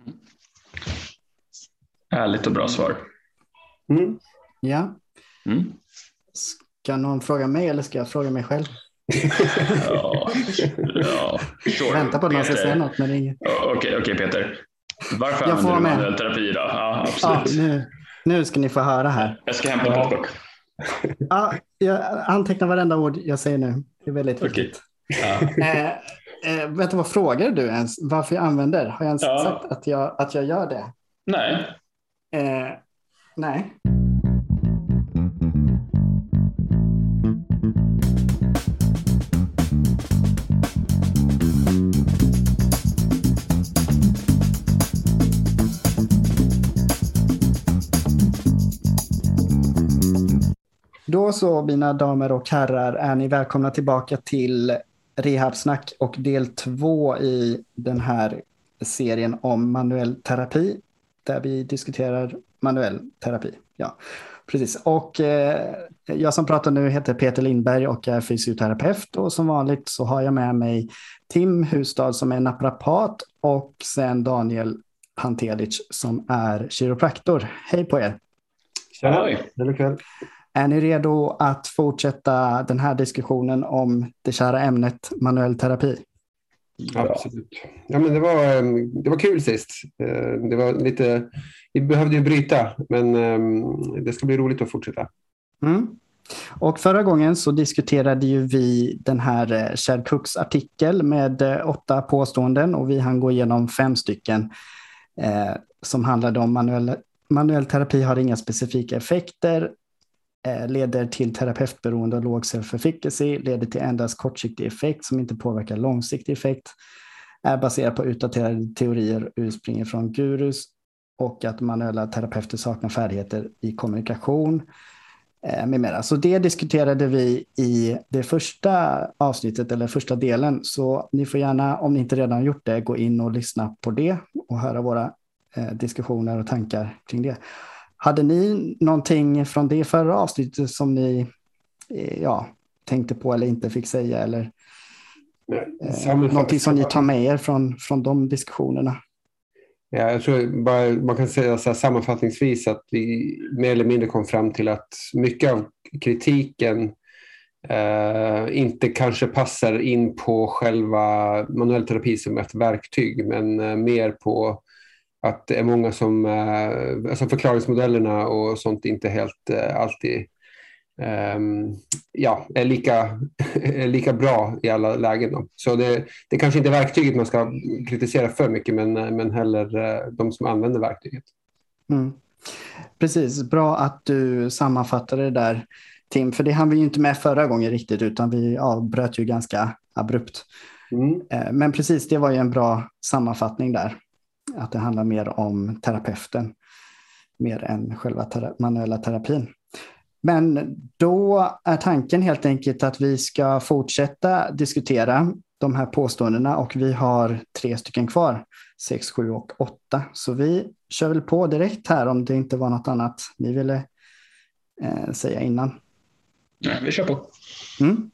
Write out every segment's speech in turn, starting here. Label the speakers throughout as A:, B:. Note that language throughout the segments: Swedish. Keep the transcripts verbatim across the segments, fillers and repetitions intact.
A: Ärligt och bra svar.
B: Mm.
C: Ja.
A: Mm.
C: Ska någon fråga mig eller ska jag fråga mig själv?
A: Ja, ja. Sure.
C: Vänta på att någon ska säga något, men det är inget.
A: Okej, okay, okay, Peter. Varför
C: jag
A: använder du
C: med.
A: manuell terapi då? Ja, absolut.
C: Ja, nu, nu ska ni få höra här.
A: Jag ska hämta ja. Petbock.
C: Ja, jag antecknar varenda ord jag säger nu. Det är väldigt viktigt.
A: Okay. Ja.
C: Eh, eh, vet du vad frågar du ens? Varför jag använder? Har jag ens ja. sagt att jag, att jag gör det?
A: Nej.
C: Eh, nej. Då så, mina damer och herrar, är ni välkomna tillbaka till Rehabsnack och del två i den här serien om manuell terapi, där vi diskuterar manuell terapi. Ja, precis. Och eh, jag som pratar nu heter Peter Lindberg och är fysioterapeut, och som vanligt så har jag med mig Tim Husstad som är naprapat och sen Daniel Pantelic som är kiropraktor. Hej på er!
B: Tjena, hej kväll.
C: Är ni redo att fortsätta den här diskussionen om det kära ämnet manuell terapi?
B: Ja. Absolut. Ja, men det var, det var kul sist. Det var lite, vi behövde ju bryta, men det ska bli roligt att fortsätta.
C: Mm. Och förra gången så diskuterade ju vi den här Chad Cooks artikel med åtta påståenden, och vi hann gå igenom fem stycken eh, som handlade om manuell, manuell terapi har inga specifika effekter, leder till terapeutberoende och låg self-efficacy, leder till endast kortsiktig effekt som inte påverkar långsiktig effekt, är baserad på utdaterade teorier ursprungligen från gurus, och att manuella terapeuter saknar färdigheter i kommunikation med mera. Så det diskuterade vi i det första avsnittet eller första delen, så ni får gärna, om ni inte redan gjort det, gå in och lyssna på det och höra våra diskussioner och tankar kring det. Hade ni någonting från det förra avsnittet som ni ja, tänkte på eller inte fick säga, eller eh, någonting som ni tar med er från, från de diskussionerna?
B: Ja, jag tror bara man kan säga så här sammanfattningsvis att vi mer eller mindre kom fram till att mycket av kritiken eh, inte kanske passar in på själva manuell terapi som ett verktyg, men eh, mer på att det är många som, alltså förklaringsmodellerna och sånt inte helt alltid um, ja, är lika, är lika bra i alla lägen. Då. Så det, det kanske inte är verktyget man ska kritisera för mycket, men, men heller de som använder verktyget.
C: Mm. Precis, bra att du sammanfattade det där, Tim, för det hann vi ju inte med förra gången riktigt, utan vi avbröt ju ganska abrupt. Mm. Men precis, det var ju en bra sammanfattning där. Att det handlar mer om terapeuten mer än själva tera- manuella terapin. Men då är tanken helt enkelt att vi ska fortsätta diskutera de här påståendena, och vi har tre stycken kvar, sex, sju och åtta. Så vi kör väl på direkt här om det inte var något annat ni ville eh, säga innan.
A: Nej, vi kör på.
C: Mm.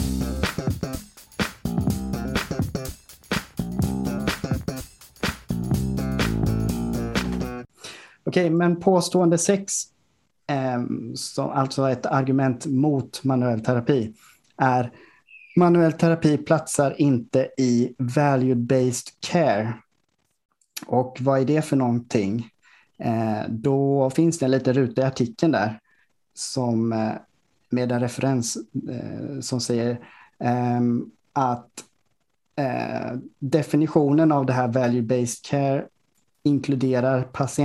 C: Okej, men påstående sex, eh, som alltså ett argument mot manuell terapi, är: manuell terapi platsar inte i value-based care. Och vad är det för någonting? Eh, då finns det en liten ruta i artikeln där som, eh, med en referens eh, som säger eh, att eh, definitionen av det här value-based care inkluderar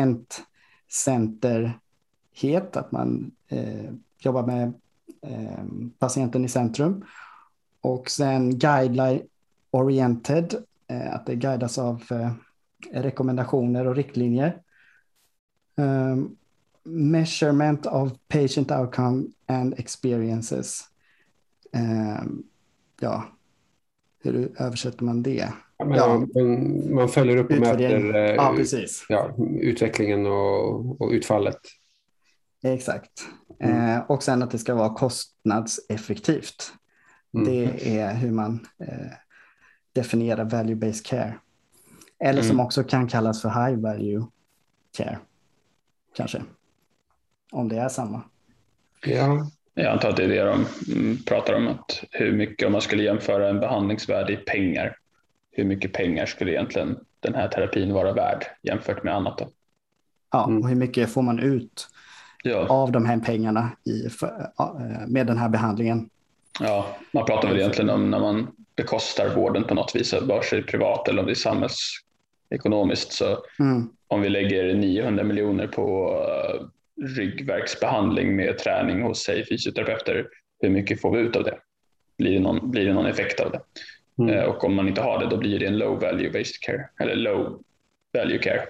C: patientcenterhet, att man eh, jobbar med eh, patienten i centrum, och sen guideline oriented, eh, att det guidas av eh, rekommendationer och riktlinjer, um, measurement of patient outcome and experiences. Um, ja, hur översätter man det?
B: Ja, ja. Man, man följer upp och mäter eh,
C: ja, precis.
B: Ja, utvecklingen och, och utfallet.
C: Exakt. Mm. Eh, och sen att det ska vara kostnadseffektivt. Mm. Det är hur man eh, definierar value-based care. Eller som
A: Mm.
C: också kan kallas för high value care. Kanske. Om det är samma.
B: Ja.
A: Jag antar att det är det de mm, pratar om. Att hur mycket, om man skulle jämföra en behandlingsvärde i pengar, hur mycket pengar skulle egentligen den här terapin vara värd jämfört med annat då?
C: Ja,
B: Mm.
C: och hur mycket får man ut
A: Ja,
C: av de här pengarna i, för, ja, med den här behandlingen?
A: ja, man pratar väl egentligen om när man bekostar vården på något vis, vare sig privat eller om det är samhällsekonomiskt. Så
C: Mm.
A: om vi lägger niohundra miljoner på uh, ryggvärksbehandling med träning hos sig fysioterapeuter, hur mycket får vi ut av det? Blir det någon, blir det någon effekt av det?
B: Mm.
A: Uh, och om man inte har det, då blir det en low value based care eller low value care.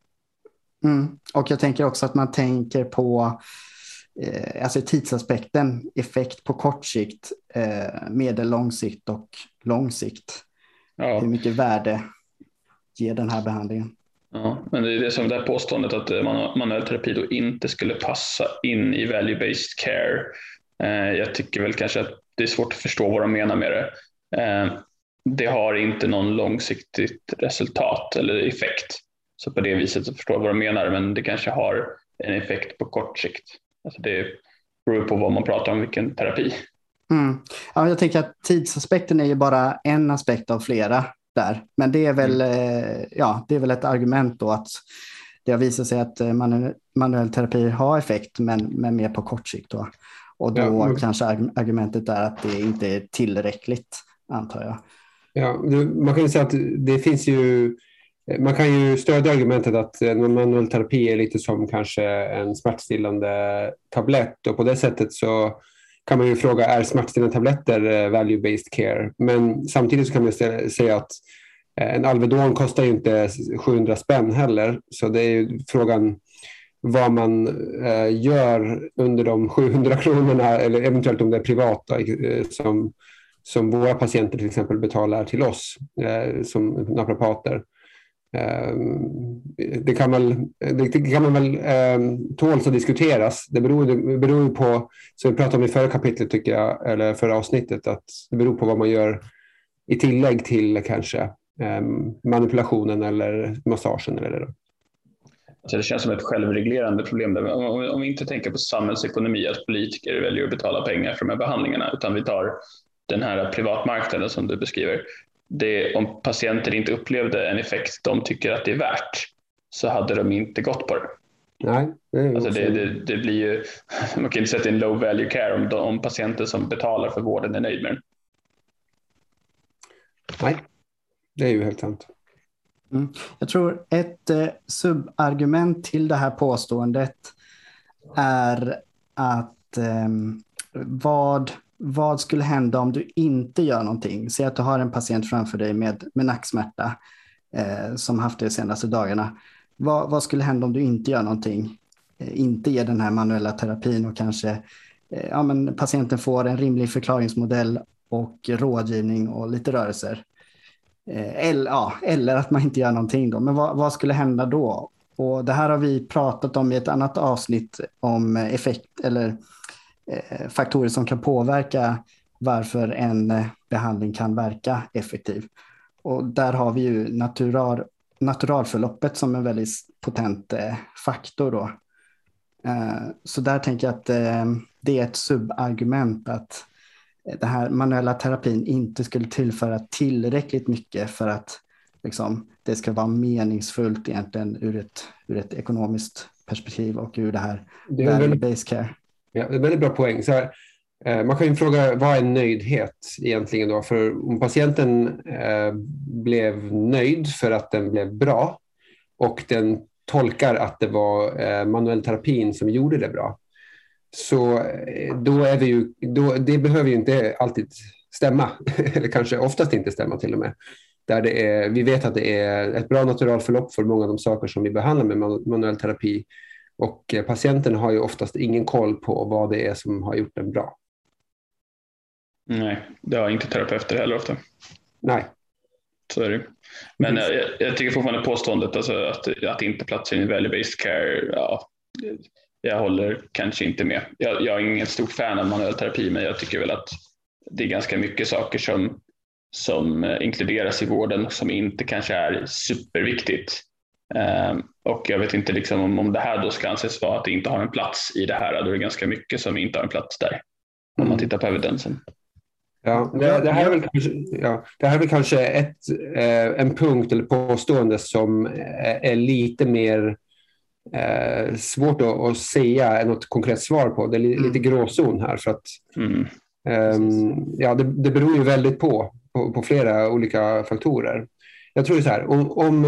C: Mm. Och jag tänker också att man tänker på eh, alltså tidsaspekten, effekt på kort sikt, eh, medellång sikt och lång sikt.
A: Ja.
C: Hur mycket värde ger den här behandlingen?
A: Ja, men det är det som det här påståendet att man, manuell terapi då inte skulle passa in i value-based care. Eh, jag tycker väl kanske att det är svårt att förstå vad de menar med det. Eh, det har inte någon långsiktigt resultat eller effekt. Så på det viset så förstår jag vad de menar, men det kanske har en effekt på kort sikt. Alltså det beror på vad man pratar om, vilken terapi.
C: Mm. Ja, jag tänker att tidsaspekten är ju bara en aspekt av flera där. Men det är väl, mm. ja, det är väl ett argument då att det har visat sig att manu- manuell terapi har effekt, men, men mer på kort sikt då. Och då
B: Ja, men...
C: kanske argumentet är att det inte är tillräckligt, antar jag.
B: Ja, man kan ju säga att det finns ju, man kan ju stödja argumentet att manuell terapi är lite som kanske en smärtstillande tablett, och på det sättet så kan man ju fråga, är smärtstillande tabletter value-based care? Men samtidigt så kan man säga att en Alvedon kostar ju inte sjuhundra spänn heller, så det är ju frågan vad man eh, gör under de sjuhundra kronorna, eller eventuellt om det är privata eh, som, som våra patienter till exempel betalar till oss eh, som naprapater. Eh, det kan väl, det kan man väl eh, tåls att diskuteras. Det beror, det beror på, som vi pratade om i förra kapitlet tycker jag, eller förra avsnittet, att det beror på vad man gör i tillägg till kanske eh, manipulationen eller massagen eller det.
A: Så det känns som ett självreglerande problem. Där. Om, om vi inte tänker på samhällsekonomi, att politiker väljer att betala pengar för de här behandlingarna, utan vi tar den här privatmarknaden som du beskriver. Det, om patienter inte upplevde en effekt de tycker att det är värt, så hade de inte gått på det.
B: Nej, det, är
A: alltså det, det, det blir ju, man kan inte säga att det är en low value care om, de, om patienter som betalar för vården är nöjd med den.
B: Nej, det är ju helt sant.
C: Mm. Jag tror ett eh, subargument till det här påståendet är att eh, vad, vad skulle hända om du inte gör någonting? Säg att du har en patient framför dig med, med nacksmärta eh, som haft det de senaste dagarna. Vad, vad skulle hända om du inte gör någonting? Eh, inte ger den här manuella terapin och kanske eh, ja, men patienten får en rimlig förklaringsmodell och rådgivning och lite rörelser. Eller, ja, eller att man inte gör någonting då. Men vad, vad skulle hända då? Och det här har vi pratat om i ett annat avsnitt om effekt eller eh, faktorer som kan påverka varför en eh, behandling kan verka effektiv. Och där har vi ju natural, naturalförloppet som en väldigt potent eh, faktor då. Eh, så där tänker jag att eh, det är ett subargument att den här manuella terapin inte skulle tillföra tillräckligt mycket för att liksom, det ska vara meningsfullt egentligen ur ett, ur ett ekonomiskt perspektiv och ur det här value-based care.
B: Ja, det är en väldigt bra poäng. Så här, eh, man kan ju fråga, vad är nöjdhet egentligen då? För om patienten eh, blev nöjd för att den blev bra och den tolkar att det var eh, manuell terapin som gjorde det bra, så då är vi ju, då, det behöver ju inte alltid stämma, eller kanske oftast inte stämma till och med. Där det är, vi vet att det är ett bra naturalförlopp för många av de saker som vi behandlar med manuell terapi, och patienten har ju oftast ingen koll på vad det är som har gjort den bra.
A: Nej, det har inte terapeuter heller ofta.
B: Nej.
A: Så är det. Men jag, jag tycker fortfarande påståendet alltså att, att inte platsen i value-based care, ja, jag håller kanske inte med. Jag, jag är ingen stor fan av manuell terapi, men jag tycker väl att det är ganska mycket saker som som inkluderas i vården som inte kanske är superviktigt. Och jag vet inte liksom om, om det här då ska anses vara att det inte har en plats i det här, då är det ganska mycket som inte har en plats där om man tittar på evidensen.
B: Ja, det, det, här är väl kanske, ja, det här är väl kanske ett, eh, en punkt eller påstående som är lite mer eh, svårt att, att säga något konkret svar på. Det är lite mm. gråzon här för att
A: mm.
B: eh, ja, det, det beror ju väldigt på, på, på flera olika faktorer. Jag tror så här, om, om,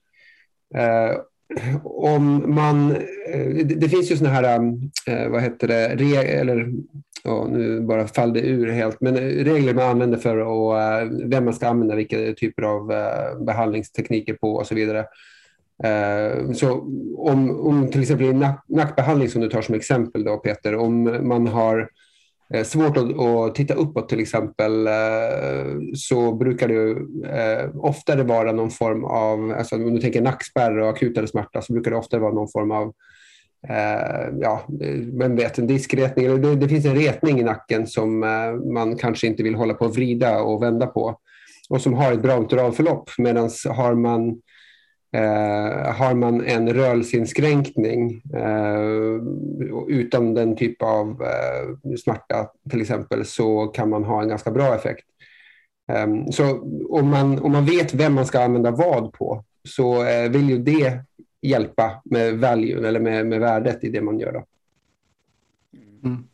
B: eh, om man, eh, det, det finns ju såna här, eh, vad heter det, re, eller ja, nu bara faller det ur helt, men regler man använder för och uh, vem man ska använda, vilka typer av uh, behandlingstekniker på och så vidare. Uh, så om, om till exempel i nack, nackbehandling som du tar som exempel då, Peter, om man har uh, svårt att, att titta uppåt till exempel, uh, så brukar det uh, oftare vara någon form av, alltså om du tänker nackspärr och akutare smärta, så brukar det oftare vara någon form av Uh, ja, vem vet, en diskretning. Det, det finns en retning i nacken som uh, man kanske inte vill hålla på att vrida och vända på och som har ett brontoralförlopp, medan har man uh, har man en rörelseinskränkning uh, utan den typ av uh, smärta till exempel, så kan man ha en ganska bra effekt. Um, så om man, om man vet vem man ska använda vad på, så uh, vill ju det hjälpa med value eller med, med värdet i det man gör då.
C: Mm.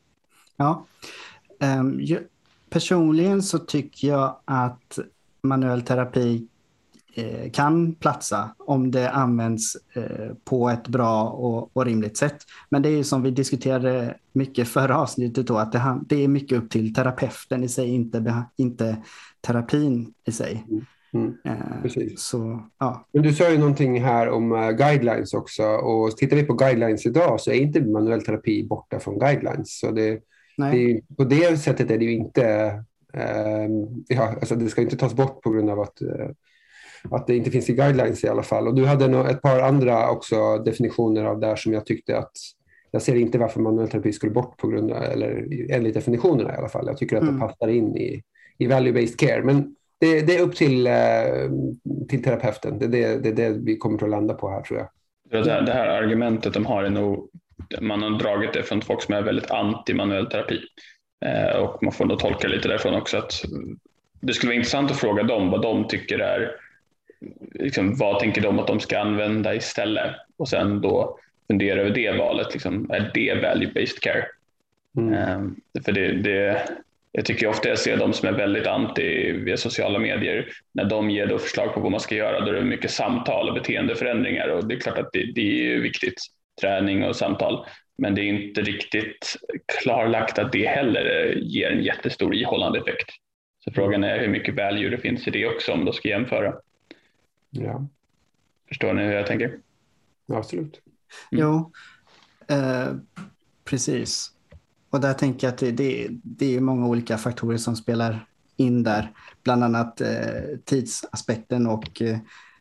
C: Ja. Um, ju, personligen så tycker jag att manuell terapi eh, kan platsa om det används eh, på ett bra och, och rimligt sätt. Men det är ju som vi diskuterade mycket förra avsnittet då, att det, det är mycket upp till terapeuten i sig, inte, inte terapin i sig.
B: Mm. Mm, precis.
C: Så, ja.
B: Men du sa ju någonting här om uh, guidelines också, och tittar vi på guidelines idag så är inte manuell terapi borta från guidelines, så det, det, på det sättet är det ju inte uh, ja, alltså det ska inte tas bort på grund av att, uh, att det inte finns i guidelines i alla fall. Och du hade no- ett par andra också definitioner av det här som jag tyckte att jag ser inte varför manuell terapi skulle bort på grund av, eller enligt definitionerna i alla fall. Jag tycker att mm. det passar in i, i value-based care, men Det, det är upp till, till terapeuten. Det är det, det, det vi kommer att landa på här, tror jag.
A: Det här, det här argumentet de har är nog, man har dragit det från folk som är väldigt anti-manuell terapi. Eh, och man får nog tolka lite därifrån också att det skulle vara intressant att fråga dem vad de tycker är, liksom, vad tänker de att de ska använda istället? Och sen då fundera över det valet. Liksom, är det value-based care? Mm. Eh, för det... det Jag tycker ofta jag ser de som är väldigt anti via sociala medier. När de ger då förslag på vad man ska göra, då är det mycket samtal och beteendeförändringar. Och det är klart att det, det är viktigt, träning och samtal. Men det är inte riktigt klarlagt att det heller ger en jättestor ihållande effekt. Så frågan är hur mycket value det finns i det också om de ska jämföra.
B: Ja.
A: Förstår ni hur jag tänker?
B: Ja, absolut.
C: Mm. Jo, eh, precis. Och där tänker jag att det, det, det är många olika faktorer som spelar in där. Bland annat eh, tidsaspekten och eh,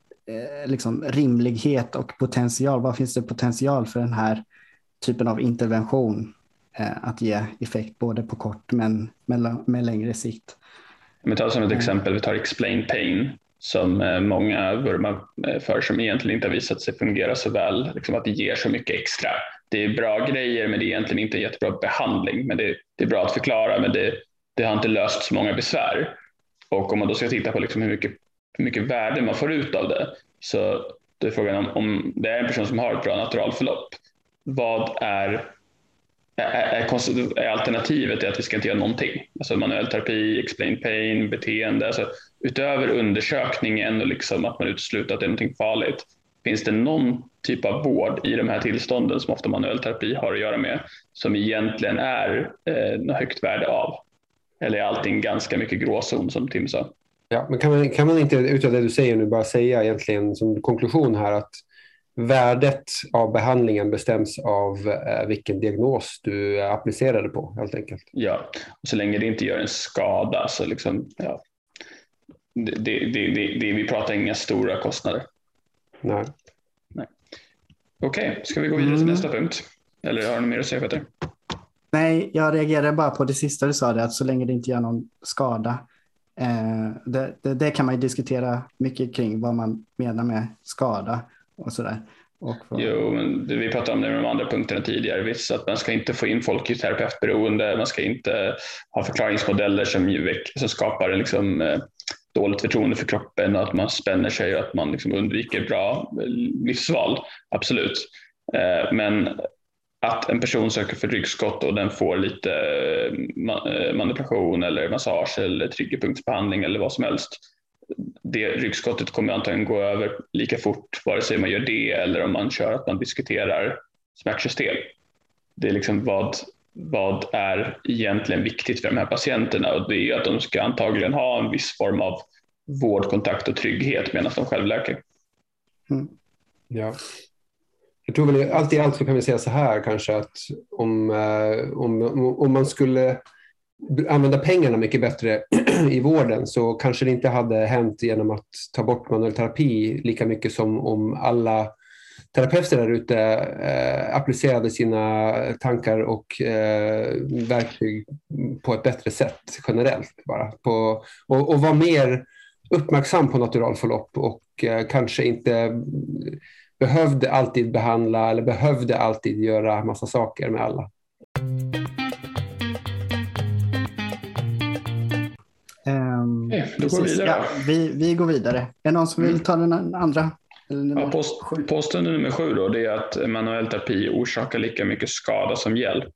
C: liksom rimlighet och potential. Vad finns det potential för den här typen av intervention eh, att ge effekt både på kort men med, med längre sikt?
A: Vi tar som ett exempel, vi tar Explain Pain som eh, många vurmar för, som egentligen inte har visat sig fungera så väl. Liksom att det ger så mycket extra. Det är bra grejer, men det är egentligen inte jättebra behandling. Men det, det är bra att förklara, men det, det har inte löst så många besvär. Och om man då ska titta på liksom hur, mycket, hur mycket värde man får ut av det, så då är frågan om, om det är en person som har ett bra naturalförlopp. Vad är, är, är, är alternativet är att vi ska inte göra någonting? Alltså manuell terapi, explain pain, beteende. Alltså utöver undersökningen och liksom att man utesluter att det är någonting farligt. Finns det någon typ av vård i de här tillstånden som ofta manuell terapi har att göra med som egentligen är eh, något högt värde av? Eller är allting ganska mycket gråzon som Tim sa?
B: Ja, men kan man, kan man inte utav det du säger nu bara säga egentligen som konklusion här att värdet av behandlingen bestäms av eh, vilken diagnos du applicerade på helt enkelt?
A: Ja, och så länge det inte gör en skada så liksom, ja, det, det, det, det, vi pratar inga stora kostnader.
B: Nej.
A: Nej. Okej, okay, ska vi gå vidare till mm. nästa punkt? Eller har du mer att säga, Peter?
C: Nej, jag reagerar bara på det sista du sa, det, att så länge det inte gör någon skada. Eh, det, det, det kan man ju diskutera mycket kring vad man menar med skada och sådär. Och för...
A: Jo, men vi pratade om det med de andra punkterna tidigare. Visst, att man ska inte få in folk i terapeutberoende. Man ska inte ha förklaringsmodeller som, som skapar liksom, eh, dåligt förtroende för kroppen och att man spänner sig och att man liksom undviker bra livsval. Absolut. Eh, men att en person söker för ryggskott och den får lite manipulation eller massage eller triggerpunktsbehandling eller vad som helst. Det ryggskottet kommer antagligen gå över lika fort vare sig man gör det eller om man kör att man diskuterar smärtsystem. Det är liksom vad, vad är egentligen viktigt för de här patienterna, och det är att de ska antagligen ha en viss form av vårdkontakt och trygghet medan de själv läker.
B: Mm. Ja. Jag tror väl allt i allt så kan vi säga så här kanske att om, om, om man skulle använda pengarna mycket bättre i vården så kanske det inte hade hänt genom att ta bort manuell terapi lika mycket som om alla terapeuter där ute eh, applicerade sina tankar och eh, verktyg på ett bättre sätt generellt bara. På, och, och var mer uppmärksam på naturalförlopp och eh, kanske inte behövde alltid behandla eller behövde alltid göra massa saker med alla.
C: Um,
A: okay, då går vi, vidare.
C: Ja, vi, vi går vidare. Är det någon som vill ta den andra? Eller
A: ja, post, påstående nummer sju då, det är att manuell terapi orsakar lika mycket skada som hjälp.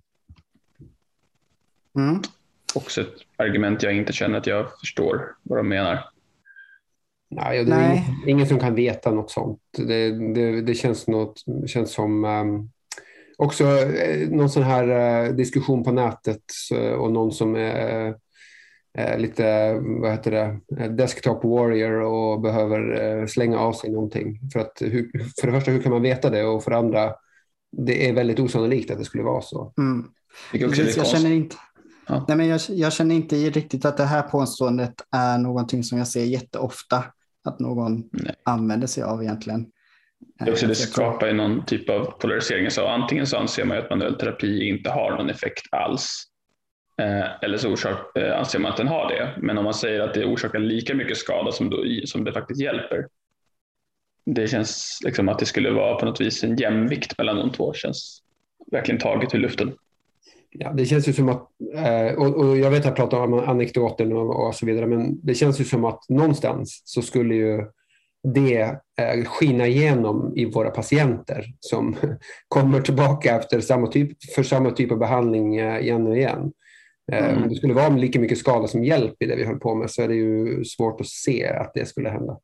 C: Mm.
A: Också ett argument jag inte känner att jag förstår vad de menar.
B: Nej, det är Nej. Ingen, ingen som kan veta något sånt. Det, det, det känns, något, känns som um, också eh, någon sån här uh, diskussion på nätet uh, och någon som är uh, lite, vad heter det, desktop warrior och behöver uh, slänga av sig någonting. För, att, hur, för det första, hur kan man veta det? Och för det andra, det är väldigt osannolikt att det skulle vara så.
C: Mm. Precis, jag känner inte... Ja. Nej, men jag, jag känner inte riktigt att det här påståendet är någonting som jag ser jätteofta att någon Nej. använder sig av egentligen.
A: Det, också, det skapar ju någon typ av polarisering. Så antingen så anser man att manuell terapi inte har någon effekt alls. Eh, eller så orsak, eh, anser man att den har det. Men om man säger att det orsakar lika mycket skada som, då, som det faktiskt hjälper. Det känns liksom att det skulle vara på något vis en jämvikt mellan de två. Känns verkligen taget i luften.
B: Ja, det känns ju som att, och, och jag vet att jag pratar om anekdoten och, och så vidare, men det känns ju som att någonstans så skulle ju det skina igenom i våra patienter som kommer tillbaka efter samma typ, för samma typ av behandling igen och igen. Mm. Om det skulle vara lika mycket skada som hjälp i det vi höll på med så är det ju svårt att se att det skulle hända.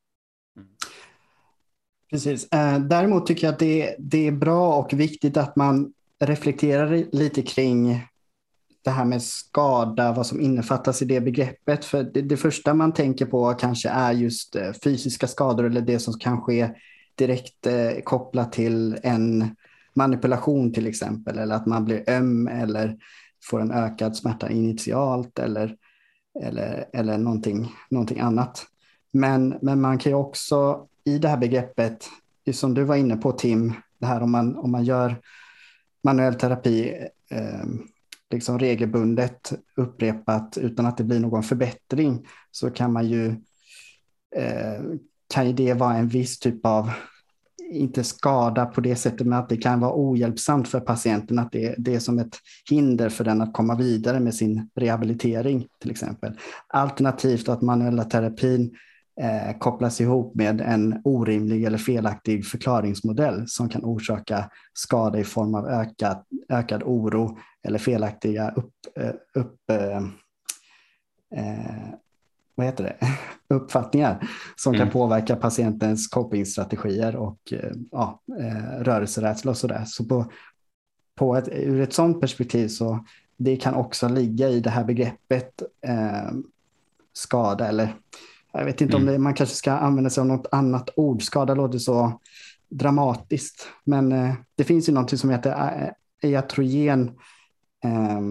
C: Precis. Däremot tycker jag att det, det är bra och viktigt att man reflekterar lite kring det här med skada, vad som innefattas i det begreppet. För det, det första man tänker på kanske är just fysiska skador eller det som kan ske direkt eh, kopplat till en manipulation till exempel. Eller att man blir öm eller får en ökad smärta initialt eller, eller, eller någonting, någonting annat. Men, men man kan ju också i det här begreppet, som du var inne på Tim, det här om man, om man gör manuell terapi eh, liksom regelbundet upprepat utan att det blir någon förbättring så kan man ju eh, kan ju det vara en viss typ av inte skada på det sättet men att det kan vara ohjälpsamt för patienten att det, det är som ett hinder för den att komma vidare med sin rehabilitering till exempel. Alternativt att manuella terapin Eh, kopplas ihop med en orimlig eller felaktig förklaringsmodell som kan orsaka skada i form av ökad, ökad oro eller felaktiga upp, upp, eh, eh, vad heter det? uppfattningar som mm. kan påverka patientens copingstrategier och eh, ja, eh, rörelserädsla och sådär. Så på, på ett, ur ett sådant perspektiv så det kan också ligga i det här begreppet eh, skada eller jag vet inte mm. om det, man kanske ska använda sig av något annat ord. Skada låter så dramatiskt. Men eh, det finns ju något som heter iatrogen. Eh,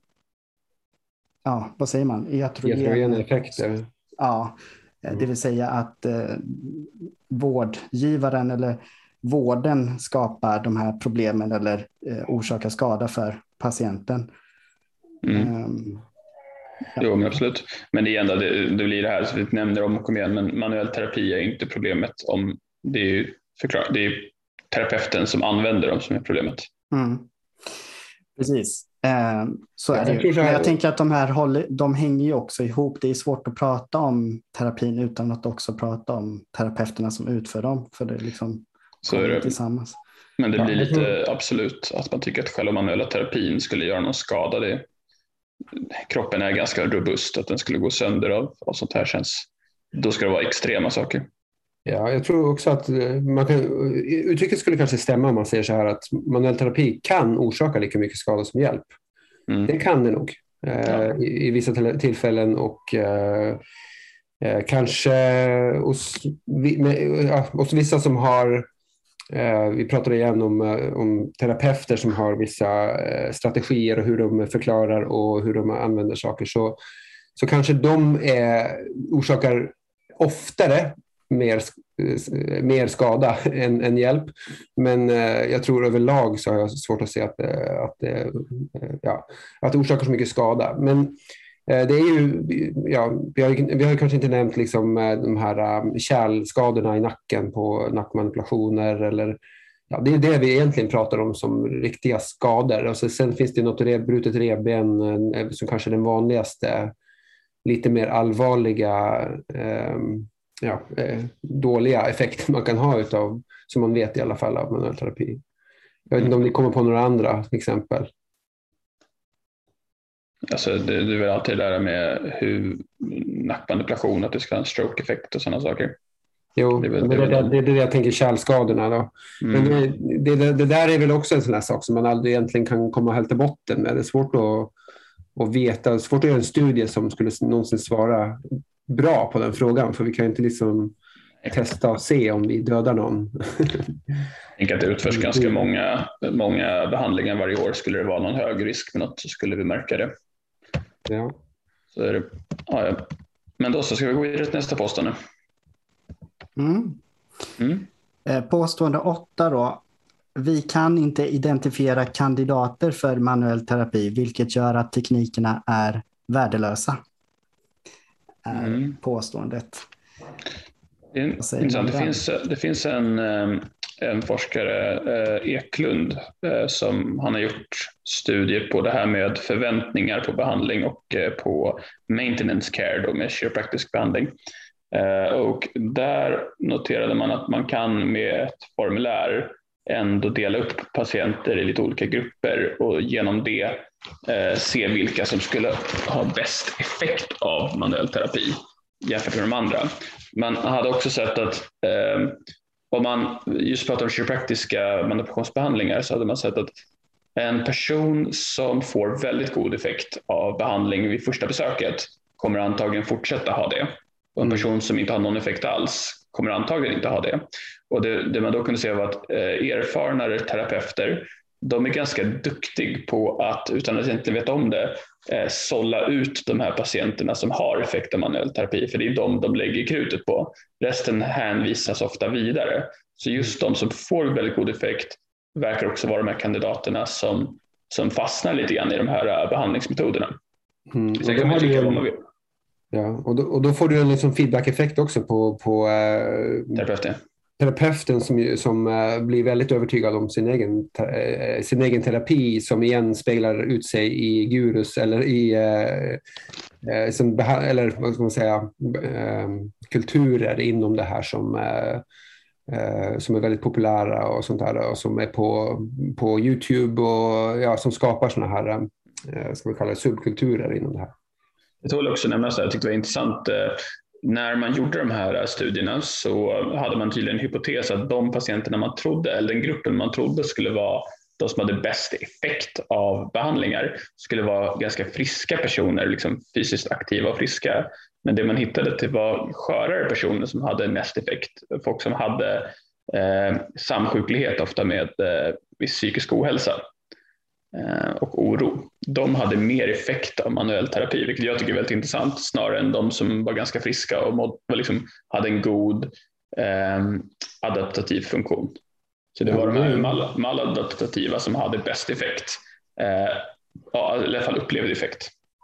C: ja, vad säger man?
B: Iatrogen effekter.
C: Ja, mm. det vill säga att eh, vårdgivaren eller vården skapar de här problemen eller eh, orsakar skada för patienten.
A: Mm.
C: Um,
A: Jo, men absolut. Men det är ändå, det, det blir det här, så vi nämner om och om igen, men manuell terapi är inte problemet. Om det är ju förklar, det är terapeuten som använder dem som är problemet.
C: Mm. Precis. Eh, så är
B: Ja,
C: det
B: jag
C: ju.
B: tror så här-
C: Men jag tänker att de här håller, de hänger ju också ihop. Det är svårt att prata om terapin utan att också prata om terapeuterna som utför dem. För det liksom
A: Så är
C: kommer
A: det.
C: tillsammans.
A: Men det
B: Ja,
A: blir
B: jag
A: lite
B: tror-
A: absolut att man tycker att själva manuella terapin skulle göra någon skada. Det, kroppen är ganska robust, att den skulle gå sönder av, av sånt här känns. Då ska det vara extrema saker.
B: Ja, jag tror också att eh, man kan, uttrycket skulle kanske stämma om man säger så här att manuell terapi kan orsaka lika mycket skada som hjälp.
A: Mm.
B: Det kan det nog eh,
A: Ja.
B: i, i vissa till- tillfällen och eh, eh, kanske hos, vi, med, ja, hos vissa som har, eh, vi pratade igen om, eh, om terapeuter som har vissa eh, strategier och hur de förklarar och hur de använder saker, så, så kanske de är, orsakar oftare mer, mer skada än, än hjälp. Men eh, jag tror överlag så har jag svårt att se att, eh, att, eh, ja, att det orsakar så mycket skada. Men eh, det är ju, ja, vi har, vi har kanske inte nämnt liksom, eh, de här um, kärlskadorna i nacken på nackmanipulationer eller ja, det är det vi egentligen pratar om som riktiga skador. Och så, sen finns det något rev, brutet revben eh, som kanske är den vanligaste, lite mer allvarliga eh, ja, eh, dåliga effekter man kan ha utav, som man vet i alla fall, av manuell terapi. Jag vet inte om ni kommer på några andra exempel.
A: Alltså det, det är väl alltid det där med hur nackmanipulation, att det ska ha en stroke-effekt och sådana saker.
B: Jo,
A: Det är
B: det,
A: väl-
B: det,
A: det är
B: det,
A: väl-
B: det är det jag tänker, kärlskadorna då.
A: Mm.
B: Men det, det, det, det där är väl också en sån här sak som man aldrig egentligen kan komma helt till botten med. Det är svårt att, att veta, svårt att göra en studie som skulle någonsin svara bra på den frågan, för vi kan ju inte liksom testa och se om vi dödar någon.
A: Jag tänker att det utförs ganska många, många behandlingar varje år. Skulle det vara någon hög risk med något så skulle vi märka det.
B: Ja.
A: Så är det. Ja, ja. Men då så ska vi gå vidare till nästa påstående.
C: Mm.
A: Mm.
C: Eh, Påstående åtta då. Vi kan inte identifiera kandidater för manuell terapi, vilket gör att teknikerna är värdelösa. Är
A: Mm.
C: påståendet.
A: Det är
C: Vad säger
A: intressant.
C: du
A: Det
C: om
A: finns, det finns en, en forskare, eh, Eklund, eh, som han har gjort studier på det här med förväntningar på behandling och eh, på maintenance care då, med kiropraktisk behandling. Eh, och där noterade man att man kan med ett formulär ändå dela upp patienter i lite olika grupper och genom det eh, se vilka som skulle ha bäst effekt av manuell terapi jämfört med de andra. Man hade också sett att eh, om man just pratar om kiropraktiska manipulationsbehandlingar, så hade man sett att en person som får väldigt god effekt av behandling vid första besöket kommer antagligen fortsätta ha det. Och en person som inte har någon effekt alls kommer antagligen inte ha det. Och det, det man då kunde se var att eh, erfarnare terapeuter, de är ganska duktiga på att, utan att egentligen veta om det, eh, sålla ut de här patienterna som har effekt av manuell terapi, för det är de de lägger krutet på. Resten hänvisas ofta vidare. Så just de som får väldigt god effekt verkar också vara de här kandidaterna som, som fastnar lite grann i de här behandlingsmetoderna.
B: Mm.
A: Sen kan man tycka vad man vill.
B: Ja, och då, och då får du en liksom feedback-effekt också på, på äh,
A: Terapeuten.
B: terapeuten som, som äh, blir väldigt övertygad om sin egen, äh, sin egen terapi, som igen speglar ut sig i gurus eller i äh, som beha- eller vad ska man säga, äh, kulturer inom det här som, äh, som är väldigt populära och sånt där, och som är på, på YouTube och ja, som skapar såna här äh, ska vi kalla det subkulturer inom det här.
A: Jag tror också nämna så här, jag tyckte det var intressant. När man gjorde de här studierna så hade man tydligen en hypotes att de patienterna man trodde, eller den gruppen man trodde skulle vara de som hade bäst effekt av behandlingar, skulle vara ganska friska personer, liksom fysiskt aktiva och friska. Men det man hittade till var skörare personer som hade mest effekt. Folk som hade eh, samsjuklighet, ofta med eh, viss psykisk ohälsa och oro. De hade mer effekt av manuell terapi, vilket jag tycker är väldigt intressant, snarare än de som var ganska friska och må, liksom, hade en god eh, adaptativ funktion. Så det var de här mal, maladaptativa som hade bäst effekt, eh, ja, i alla fall upplevde effekt.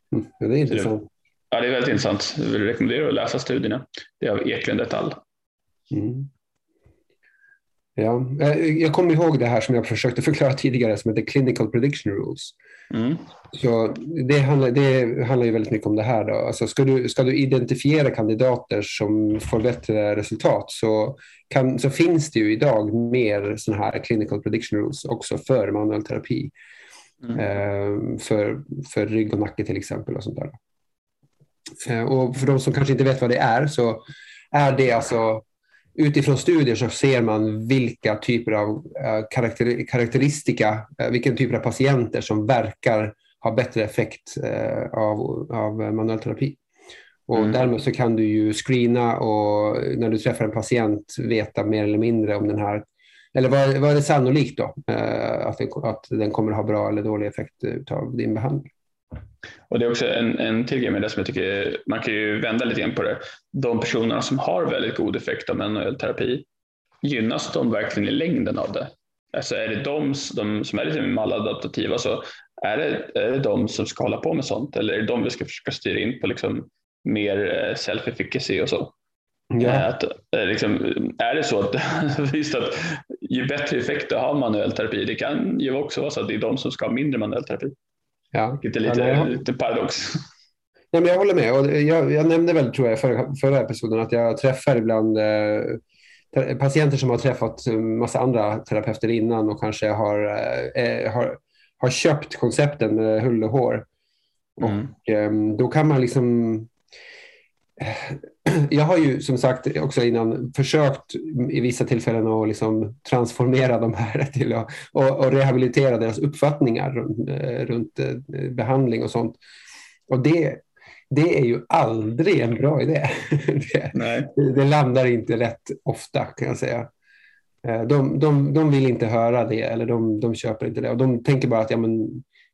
B: Mm, det är intressant.
A: Det, ja, det är väldigt intressant. Jag vill rekommendera att läsa studierna. Det är av Eklund et al.
B: Mm. Ja, jag kommer ihåg det här som jag försökte förklara tidigare som heter Clinical Prediction Rules.
A: Mm.
B: Så det handlar, det handlar ju väldigt mycket om det här. Då. Alltså ska, du, ska du identifiera kandidater som får bättre resultat så, kan, så finns det ju idag mer såna här Clinical Prediction Rules också för manuell terapi. Mm. Eh, för, för rygg och nacke till exempel och sånt där. Eh, och för de som kanske inte vet vad det är så är det alltså utifrån studier så ser man vilka typer av karaktär, karaktäristika, vilken typer av patienter som verkar ha bättre effekt av, av manuell terapi. Och mm. därmed så kan du ju screena och när du träffar en patient veta mer eller mindre om den här, eller vad, vad är det sannolikt då att den, att den kommer ha bra eller dålig effekt av din behandling.
A: Och det är också en, en till grej med det som jag tycker, man kan ju vända lite grann på det. De personerna som har väldigt god effekt av manuell terapi, gynnas de verkligen i längden av det? Alltså är det de, de som är lite maladaptativa, så är det, är det de som ska hålla på med sånt? Eller är det de vi ska försöka styra in på liksom mer self-efficacy och så? Ja. Att, liksom, är det så att, visst att ju bättre effekt du har manuell terapi, det kan ju också vara så att det är de som ska ha mindre manuell terapi.
B: Ja.
A: Det är lite,
B: ja, jag,
A: lite paradox.
B: Ja, men jag håller med. Och jag, jag nämnde väl tror jag förra, förra episoden att jag träffar ibland eh, patienter som har träffat en massa andra terapeuter innan och kanske har, eh, har, har köpt koncepten med hull och hår. Mm. Och eh, då kan man liksom... Jag har ju som sagt också innan försökt i vissa tillfällen att liksom transformera de här till att, och, och rehabilitera deras uppfattningar runt, runt behandling och sånt. Och det, det är ju aldrig en bra idé. Det,
A: Nej.
B: det landar inte rätt ofta kan jag säga. De, de, de vill inte höra det eller de, de köper inte det. Och de tänker bara att ja, men,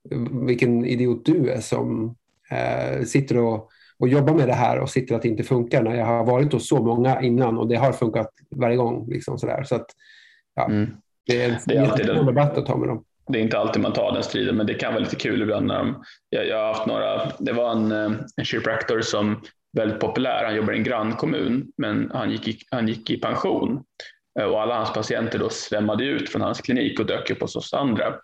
B: vilken idiot du är som äh, sitter och och jobba med det här och sitter att det inte funkar när jag har varit hos så många innan och det har funkat varje gång. Liksom sådär. Så att, ja, mm. det är en det är alltid en debatt att ta med dem.
A: Det är inte alltid man tar den striden, men det kan vara lite kul ibland. När de, jag, jag har haft några, det var en, en chiropractor som väldigt populär, han jobbar i en grannkommun, men han gick, i, han gick i pension. Och alla hans patienter då svämmade ut från hans klinik och dök upp hos oss andra.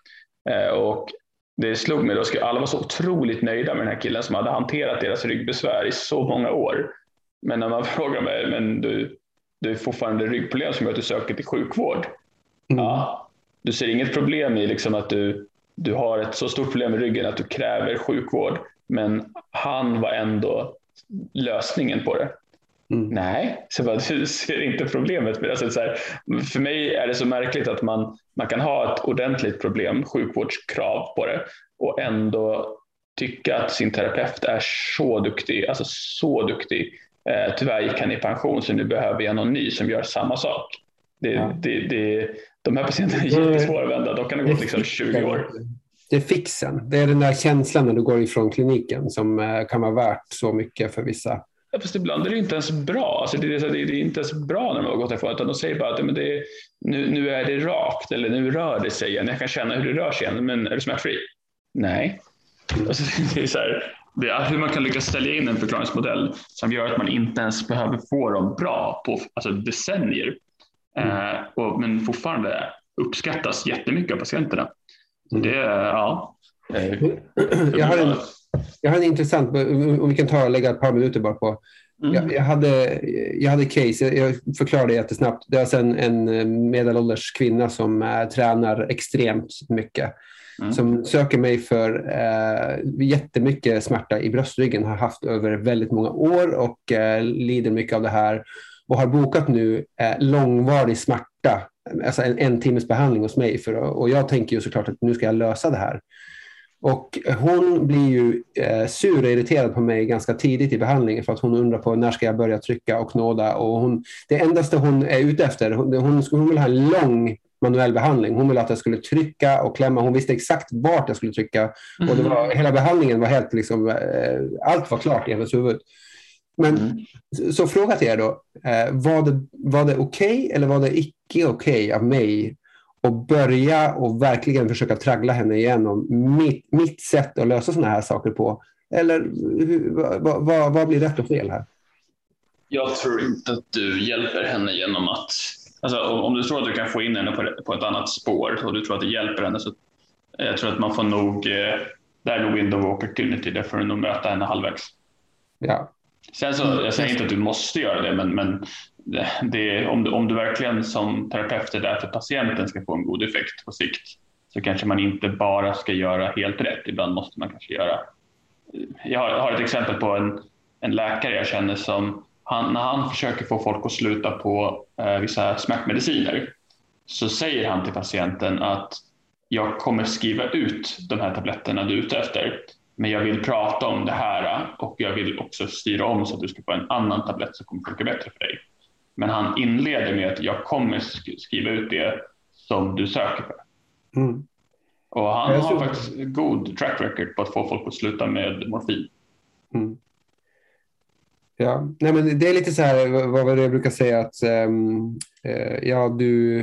A: Och det slog mig då, alla var så otroligt nöjda med den här killen som hade hanterat deras ryggbesvär i så många år. Men när man frågar mig, men du, du är fortfarande ryggproblem som gör att du söker till sjukvård. Mm. Ja, du ser inget problem i liksom att du, du har ett så stort problem med ryggen att du kräver sjukvård. Men han var ändå lösningen på det. Mm. Nej, så bara, du ser inte problemet med det. Alltså, så här, för mig är det så märkligt att man, man kan ha ett ordentligt problem, sjukvårdskrav på det, och ändå tycka att sin terapeut är så duktig, alltså så duktig. Eh, tyvärr gick han i pension så nu behöver jag någon ny som gör samma sak. Det, ja. det, det, de här patienterna är jättesvåra att vända, de kan ha gått liksom tjugo år.
B: Det är fixen, det är den där känslan när du går ifrån kliniken som eh, kan vara värt så mycket för vissa.
A: Ja, fast ibland är det inte ens bra. Alltså det, är, det är inte ens bra när man har gått ifrån. Utan de säger bara att men det är, nu, nu är det rakt. Eller nu rör det sig igen. Jag kan känna hur det rör sig igen. Men är det smärtfri? Nej. Alltså det är så här, det är hur man kan lyckas ställa in en förklaringsmodell som gör att man inte ens behöver få dem bra på alltså decennier. Mm. Eh, och, men fortfarande uppskattas jättemycket av patienterna. Så det är, ja. Eh,
B: jag har en... Jag har en intressant, om vi kan ta och lägga ett par minuter bara på. Mm. Jag, jag, hade, jag hade case, jag, jag förklarade jättesnabbt. Det är alltså en, en medelålders kvinna som äh, tränar extremt mycket. Mm. Som söker mig för äh, jättemycket smärta i bröstryggen. Har haft över väldigt många år och äh, lider mycket av det här. Och har bokat nu äh, långvarig smärta. Alltså en, en timmes behandling hos mig. För, och jag tänker ju såklart att nu ska jag lösa det här. Och hon blir ju eh, sur och irriterad på mig ganska tidigt i behandlingen för att hon undrar på när ska jag börja trycka och knåda. Och hon, det endaste hon är ute efter, hon, hon, hon vill ha en lång manuell behandling. Hon ville att jag skulle trycka och klämma. Hon visste exakt vart jag skulle trycka. Mm. Och det var, hela behandlingen var helt liksom, eh, allt var klart i hennes huvud. Men mm. så, så fråga till er då, eh, var det, var det okej okay eller var det icke okej okay av mig och börja och verkligen försöka traggla henne igenom mitt, mitt sätt att lösa såna här saker på Eller hur, vad, vad, vad blir rätt och fel här?
A: Jag tror inte att du hjälper henne genom att... Alltså, om du tror att du kan få in henne på, på ett annat spår och du tror att det hjälper henne, så jag tror att man får nog... Där är nog window of opportunity, där får du nog möta henne halvvägs.
B: Ja.
A: Sen så, jag säger inte att du måste göra det, men, men det, det, om, du, om du verkligen som terapeut är där för patienten ska få en god effekt på sikt, så kanske man inte bara ska göra helt rätt. Ibland måste man kanske göra... Jag har, jag har ett exempel på en, en läkare jag känner som, han, när han försöker få folk att sluta på eh, vissa smärtmediciner, så säger han till patienten att jag kommer skriva ut de här tabletterna du är ute efter, men jag vill prata om det här och jag vill också styra om så att du ska få en annan tablett som kommer funka bättre för dig. Men han inleder med att jag kommer skriva ut det som du söker för.
B: Mm.
A: Och han har faktiskt god track record på att få folk att sluta med morfin.
B: Mm. Ja, nej, men det är lite så här, vad var det jag brukar säga, att um, uh, ja, du,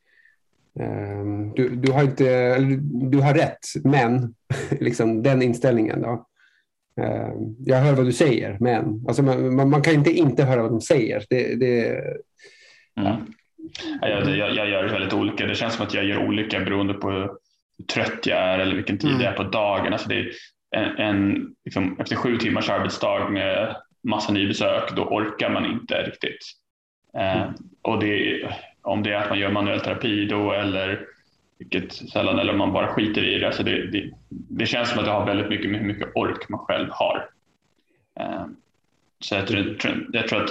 B: um, du du har inte, du har rätt, men liksom den inställningen då. Uh, jag hör vad du säger, men alltså man, man, man kan inte inte höra vad de säger. Det, det
A: mm. ja, jag, jag, jag gör väldigt olika. Det känns som att jag gör olika beroende på hur trött jag är eller vilken tid mm. det är på dagen. Alltså det är en, en liksom, efter sju timmars arbetsdag med massa nybesök, då orkar man inte riktigt. Eh, mm. Och det, om det är att man gör manuell terapi då, eller vilket sällan, eller om man bara skiter i det. Alltså det, det, det känns som att det har väldigt mycket med hur mycket ork man själv har. Eh, så jag tror, jag tror att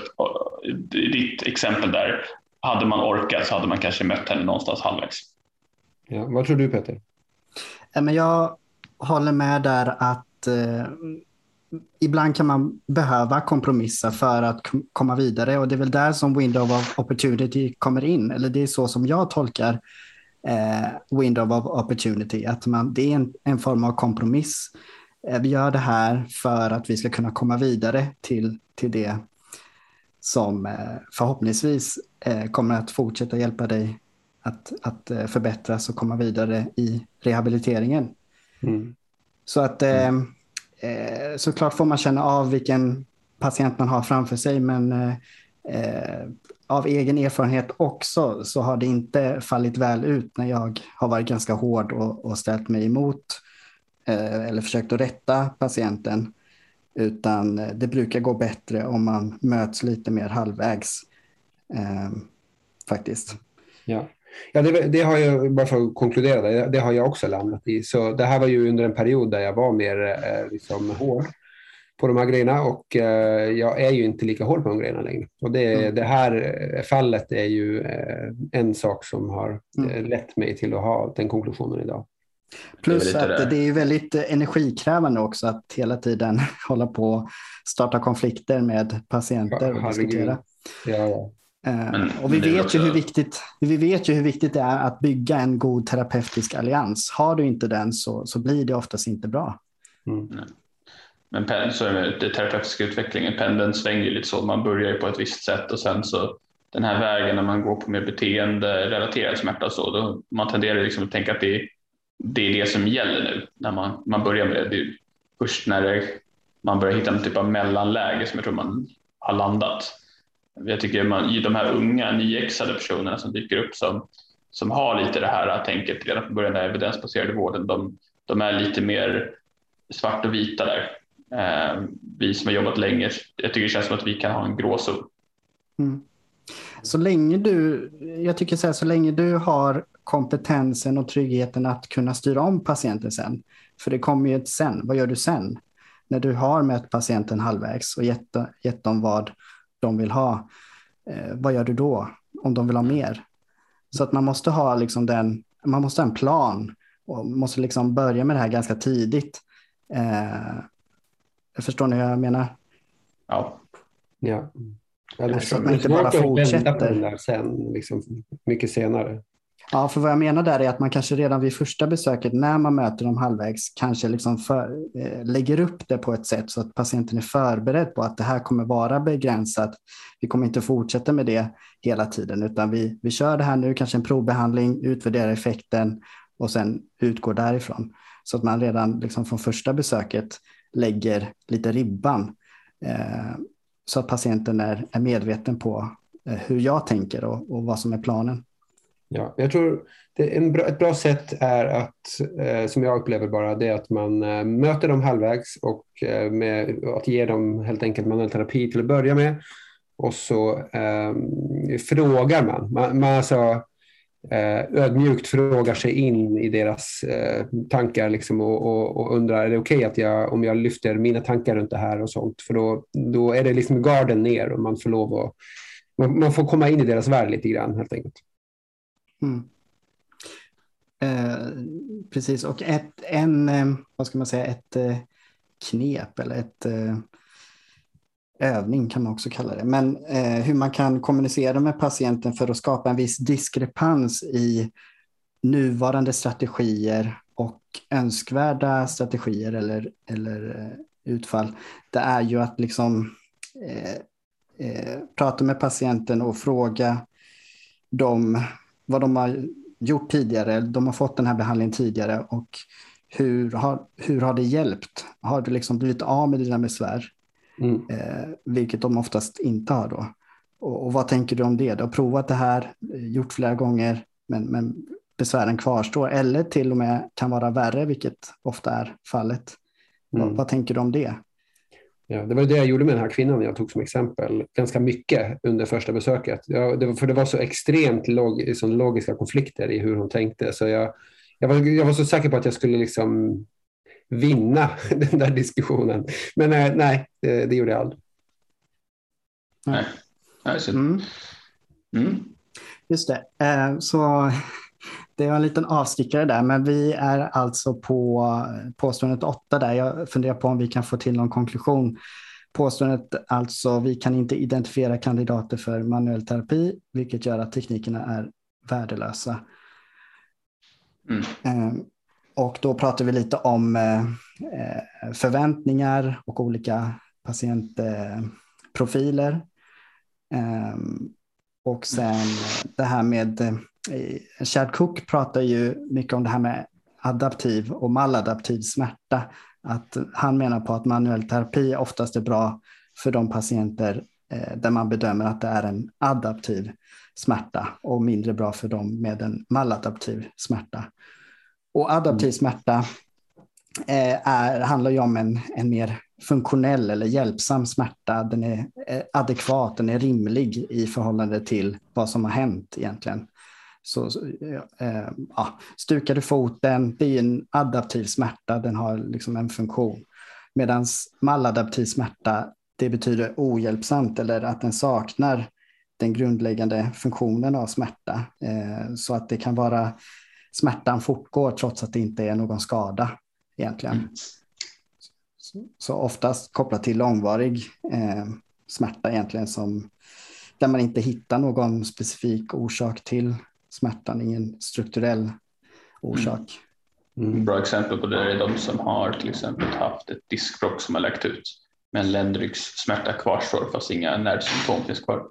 A: i ditt exempel där, hade man orkat så hade man kanske mött henne någonstans halvvägs.
B: Ja, vad tror du, Peter?
C: Men jag håller med där att eh, ibland kan man behöva kompromissa för att komma vidare, och det är väl där som window of opportunity kommer in, eller det är så som jag tolkar eh, window of opportunity, att man, det är en, en form av kompromiss. Eh, vi gör det här för att vi ska kunna komma vidare till, till det som eh, förhoppningsvis eh, kommer att fortsätta hjälpa dig att, att eh, förbättras och komma vidare i rehabiliteringen. Mm. Så att eh, Eh, såklart får man känna av vilken patient man har framför sig, men eh, av egen erfarenhet också så har det inte fallit väl ut när jag har varit ganska hård och, och ställt mig emot eh, eller försökt att rätta patienten, utan det brukar gå bättre om man möts lite mer halvvägs eh, faktiskt.
B: Ja. Ja, det, det har jag, bara för att konkludera det, det har jag också landat i. Så det här var ju under en period där jag var mer eh, liksom hård på de här grejerna, och eh, jag är ju inte lika hård på de grejerna längre. Och det, mm. det här fallet är ju eh, en sak som har mm. eh, lett mig till att ha den konklusionen idag.
C: Plus det att det är väldigt energikrävande också att hela tiden hålla på och starta konflikter med patienter och diskutera.
B: Ja, ja.
C: Men, och vi vet, också... ju hur viktigt, vi vet ju hur viktigt det är att bygga en god terapeutisk allians. Har du inte den så, så blir det oftast inte bra.
B: Mm.
A: Men så är det, det terapeutiska utvecklingen, pendeln svänger lite så. Man börjar ju på ett visst sätt och sen så den här vägen när man går på mer beteende-relaterad smärta och så, då man tenderar liksom att tänka att det, det är det som gäller nu. När man, man börjar med det, först när det, man börjar hitta en typ av mellanläge som jag tror man har landat. Jag tycker man, de här unga nyexade personerna som dyker upp som, som har lite det här tänket redan från början, den evidensbaserade vården, de, de är lite mer svart och vita där. Eh, vi som har jobbat länge, jag tycker det känns som att vi kan ha en gråzon.
C: Mm. Så länge du, jag tycker så här, så länge du har kompetensen och tryggheten att kunna styra om patienten sen, för det kommer ju ett sen, vad gör du sen? När du har mött patienten halvvägs och gett, gett dem vad de vill ha, eh, vad gör du då om de vill ha mer? Så att man måste ha liksom den, man måste ha en plan och måste liksom börja med det här ganska tidigt. Eh, förstår ni vad jag menar?
A: Ja.
B: Ja. Ja, det är
C: så att man inte bara fortsätter.
B: Där sen, liksom, mycket senare.
C: Ja, för vad jag menar där är att man kanske redan vid första besöket, när man möter dem halvvägs, kanske liksom för, eh, lägger upp det på ett sätt så att patienten är förberedd på att det här kommer vara begränsat. Vi kommer inte fortsätta med det hela tiden, utan vi, vi kör det här nu, kanske en provbehandling, utvärderar effekten och sen utgår därifrån. Så att man redan liksom från första besöket lägger lite ribban eh, så att patienten är, är medveten på eh, hur jag tänker och, och vad som är planen.
B: Ja, jag tror det är en bra, ett bra sätt är att, eh, som jag upplever bara, det är att man eh, möter dem halvvägs och eh, med att ge dem helt enkelt manuell terapi till att börja med. Och så eh, frågar man. Man, man alltså eh, ödmjukt frågar sig in i deras eh, tankar liksom, och, och, och undrar, är det okej okay att jag, om jag lyfter mina tankar runt det här och sånt? För då, då är det liksom garden ner och man får lov att, man, man får komma in i deras värld lite grann helt enkelt.
C: Mm. Eh, precis, och ett, en, eh, vad ska man säga, ett eh, knep eller ett eh, övning kan man också kalla det, men eh, hur man kan kommunicera med patienten för att skapa en viss diskrepans i nuvarande strategier och önskvärda strategier eller, eller eh, utfall. Det är ju att liksom eh, eh, prata med patienten och fråga dem vad de har gjort tidigare. De har fått den här behandlingen tidigare och hur har, hur har det hjälpt? Har du liksom blivit av med dina besvär? Mm. Eh, vilket de oftast inte har då. Och, och vad tänker du om det? Du har provat det här, gjort flera gånger, men, men besvären kvarstår. Eller till och med kan vara värre, vilket ofta är fallet. Mm. Vad, vad tänker du om det?
B: Ja, det var det jag gjorde med den här kvinnan jag tog som exempel ganska mycket under första besöket. Ja, det var, för det var så extremt log, så logiska konflikter i hur hon tänkte. Så jag, jag, var, jag var så säker på att jag skulle liksom vinna den där diskussionen. Men nej, nej det, det gjorde jag aldrig.
A: Nej. Alltså. Mm.
C: Mm. Just det. Eh, så det var en liten avstickare där, men vi är alltså på påståendet åtta där. Jag funderar på om vi kan få till någon konklusion. Påståendet alltså, vi kan inte identifiera kandidater för manuell terapi, vilket gör att teknikerna är värdelösa. Mm. Eh, och då pratar vi lite om eh, förväntningar och olika patientprofiler. Eh, och sen det här med Chad Cook pratar ju mycket om det här med adaptiv och maladaptiv smärta. Att han menar på att manuell terapi oftast är bra för de patienter eh, där man bedömer att det är en adaptiv smärta och mindre bra för dem med en maladaptiv smärta. Och adaptiv mm. smärta eh, är, handlar ju om en, en mer funktionell eller hjälpsam smärta. Den är eh, adekvat, den är rimlig i förhållande till vad som har hänt egentligen. Så eh, ja, stukade foten, det är en adaptiv smärta, den har liksom en funktion. Medan maladaptiv smärta, det betyder ohjälpsamt eller att den saknar den grundläggande funktionen av smärta. Eh, så att det kan vara, smärtan fortgår trots att det inte är någon skada egentligen. Mm. Så, så oftast kopplat till långvarig eh, smärta egentligen, som, där man inte hittar någon specifik orsak till smärtan, ingen strukturell orsak.
A: Mm. Mm. Bra exempel på det är de som har till exempel haft ett diskbråck som har läkt ut, men ländryggssmärta kvarstår fast inga nervsymptom finns kvar.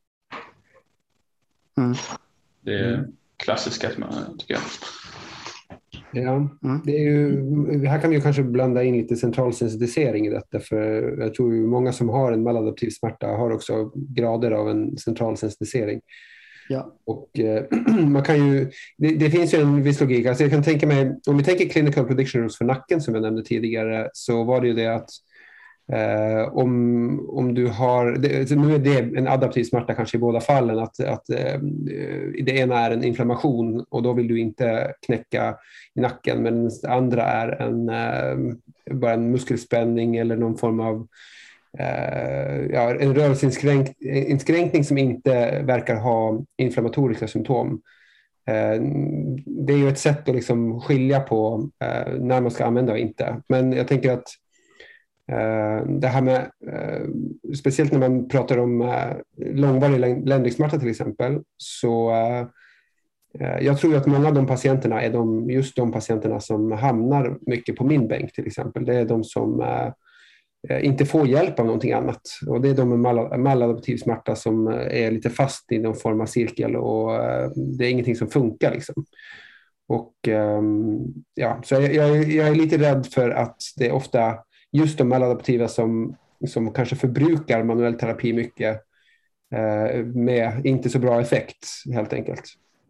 A: Mm. Det är klassiska tycker jag.
B: Ja, det är ju, här kan vi ju kanske blanda in lite centralsensitisering i detta, för jag tror ju många som har en maladaptiv smärta har också grader av en centralsensitisering. Ja. Och eh, man kan ju, det, det finns ju en viss logik. Alltså jag kan tänka mig, om vi tänker clinical prediction rules för nacken som jag nämnde tidigare, så var det ju det att eh, om, om du har, det, nu är det en adaptiv smärta kanske i båda fallen, att, att eh, det ena är en inflammation och då vill du inte knäcka i nacken, men det andra är en, eh, bara en muskelspänning eller någon form av Uh, ja, en rörelseinskränkning som inte verkar ha inflammatoriska symptom. Uh, det är ju ett sätt att liksom skilja på uh, när man ska använda och inte. Men jag tänker att uh, det här med, uh, speciellt när man pratar om uh, långvarig ländryggsmärta till exempel, så uh, uh, jag tror att många av de patienterna är de, just de patienterna som hamnar mycket på min bänk till exempel. Det är de som uh, inte får hjälp av någonting annat. Och det är de med mal- maladaptiv smärta som är lite fast i någon form av cirkel och det är ingenting som funkar liksom. Och ja, så jag, jag, jag är lite rädd för att det ofta just de maladaptiva som, som kanske förbrukar manuell terapi mycket eh, med inte så bra effekt helt enkelt.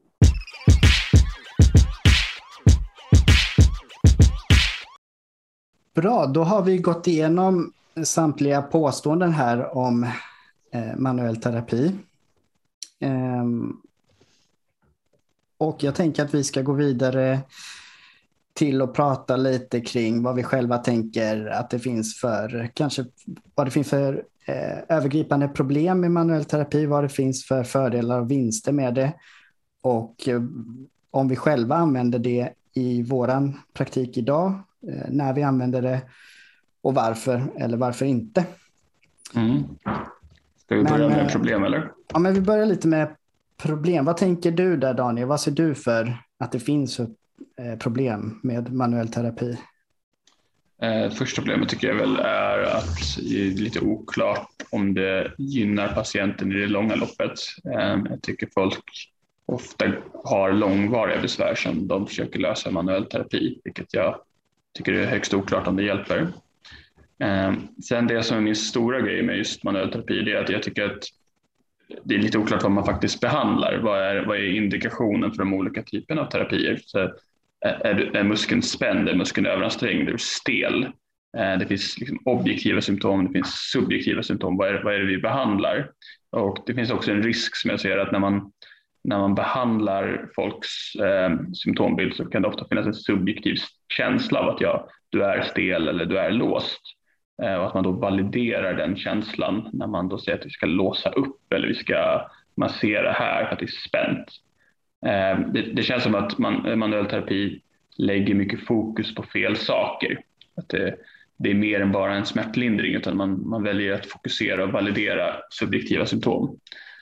C: Bra, då har vi gått igenom samtliga påståenden här om eh, manuell terapi. Ehm, och jag tänker att vi ska gå vidare till att prata lite kring vad vi själva tänker att det finns för, kanske vad det finns för eh, övergripande problem med manuell terapi, vad det finns för fördelar och vinster med det, och eh, om vi själva använder det i våran praktik idag, eh, när vi använder det och varför eller varför inte.
A: Mm. Ska vi börja
C: Men,
A: med problem eller?
C: Ja, men vi börjar lite med problem. Vad tänker du där, Daniel? Vad ser du för att det finns för problem med manuell terapi?
A: Eh, första problemet tycker jag väl är att det är lite oklart om det gynnar patienten i det långa loppet. Eh, jag tycker folk ofta har långvariga besvär som de försöker lösa manuell terapi, vilket jag tycker är högst oklart om det hjälper. Eh, sen det som är min stora grej med just manuell terapi, det är att jag tycker att det är lite oklart vad man faktiskt behandlar. Vad är, vad är indikationen för de olika typerna av terapier? Så är, är muskeln spänd, är muskeln överansträngd, är du stel? Det finns liksom objektiva symptom, det finns subjektiva symptom. Vad är, vad är det vi behandlar? Och det finns också en risk som jag ser att när man, när man behandlar folks eh, symptombild så kan det ofta finnas en subjektiv känsla av att ja, du är stel eller du är låst. Och att man då validerar den känslan när man då säger att vi ska låsa upp eller vi ska massera här för att det är spänt. Det, det känns som att man, manuell terapi lägger mycket fokus på fel saker. Att det, det är mer än bara en smärtlindring, utan man, man väljer att fokusera och validera subjektiva symptom.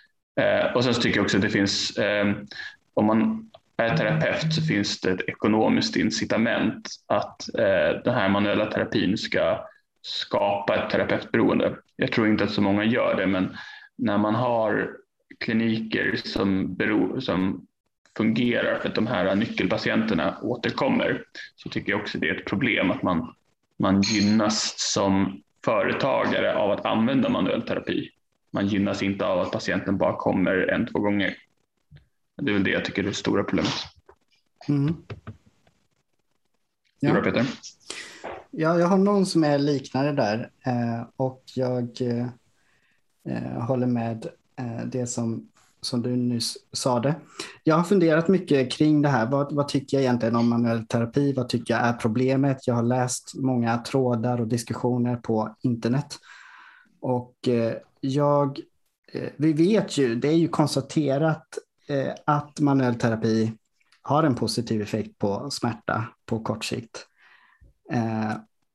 A: Och sen så tycker jag också att det finns, om man är terapeut så finns det ett ekonomiskt incitament att den här manuella terapin ska skapa ett terapeutberoende. Jag tror inte att så många gör det, men när man har kliniker som, beror, som fungerar för att de här nyckelpatienterna återkommer, så tycker jag också det är ett problem att man, man gynnas som företagare av att använda manuell terapi. Man gynnas inte av att patienten bara kommer en, två gånger. Det är väl det jag tycker är det stora problemet. Mm.
C: Ja.
A: Du, Peter?
C: Ja, jag har någon som är liknande där eh, och jag eh, håller med eh, det som, som du nyss sa det. Jag har funderat mycket kring det här. Vad, vad tycker jag egentligen om manuell terapi? Vad tycker jag är problemet? Jag har läst många trådar och diskussioner på internet. Och eh, jag, eh, vi vet ju, det är ju konstaterat eh, att manuell terapi har en positiv effekt på smärta på kort sikt. Eh,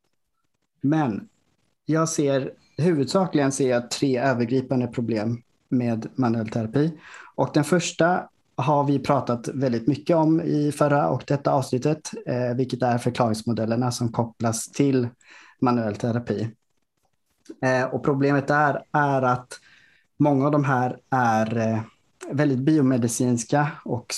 C: men jag ser huvudsakligen ser jag tre övergripande problem med manuell terapi. Och den första har vi pratat väldigt mycket om i förra och detta avsnittet, eh, vilket är förklaringsmodellerna som kopplas till manuell terapi. Eh, och problemet är, är att många av de här är eh, väldigt biomedicinska och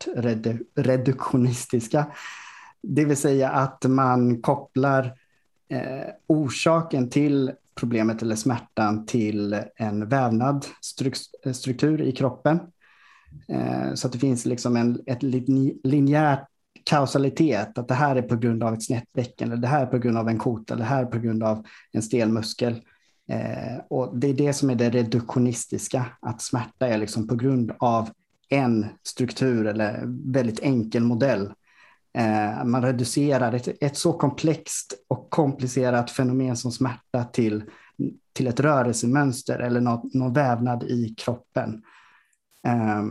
C: smärtreduktionistiska. Det vill säga att man kopplar eh, orsaken till problemet eller smärtan till en vävnad stru- struktur i kroppen. Eh, så att det finns liksom en ett linjärt kausalitet, att det här är på grund av ett snett bäcken, eller det här är på grund av en kota, eller det här är på grund av en stel muskel. Eh, och det är det som är det reduktionistiska, att smärta är liksom på grund av en struktur eller väldigt enkel modell. Eh, man reducerar ett, ett så komplext och komplicerat fenomen som smärta till, till ett rörelsemönster eller något, någon vävnad i kroppen. Eh,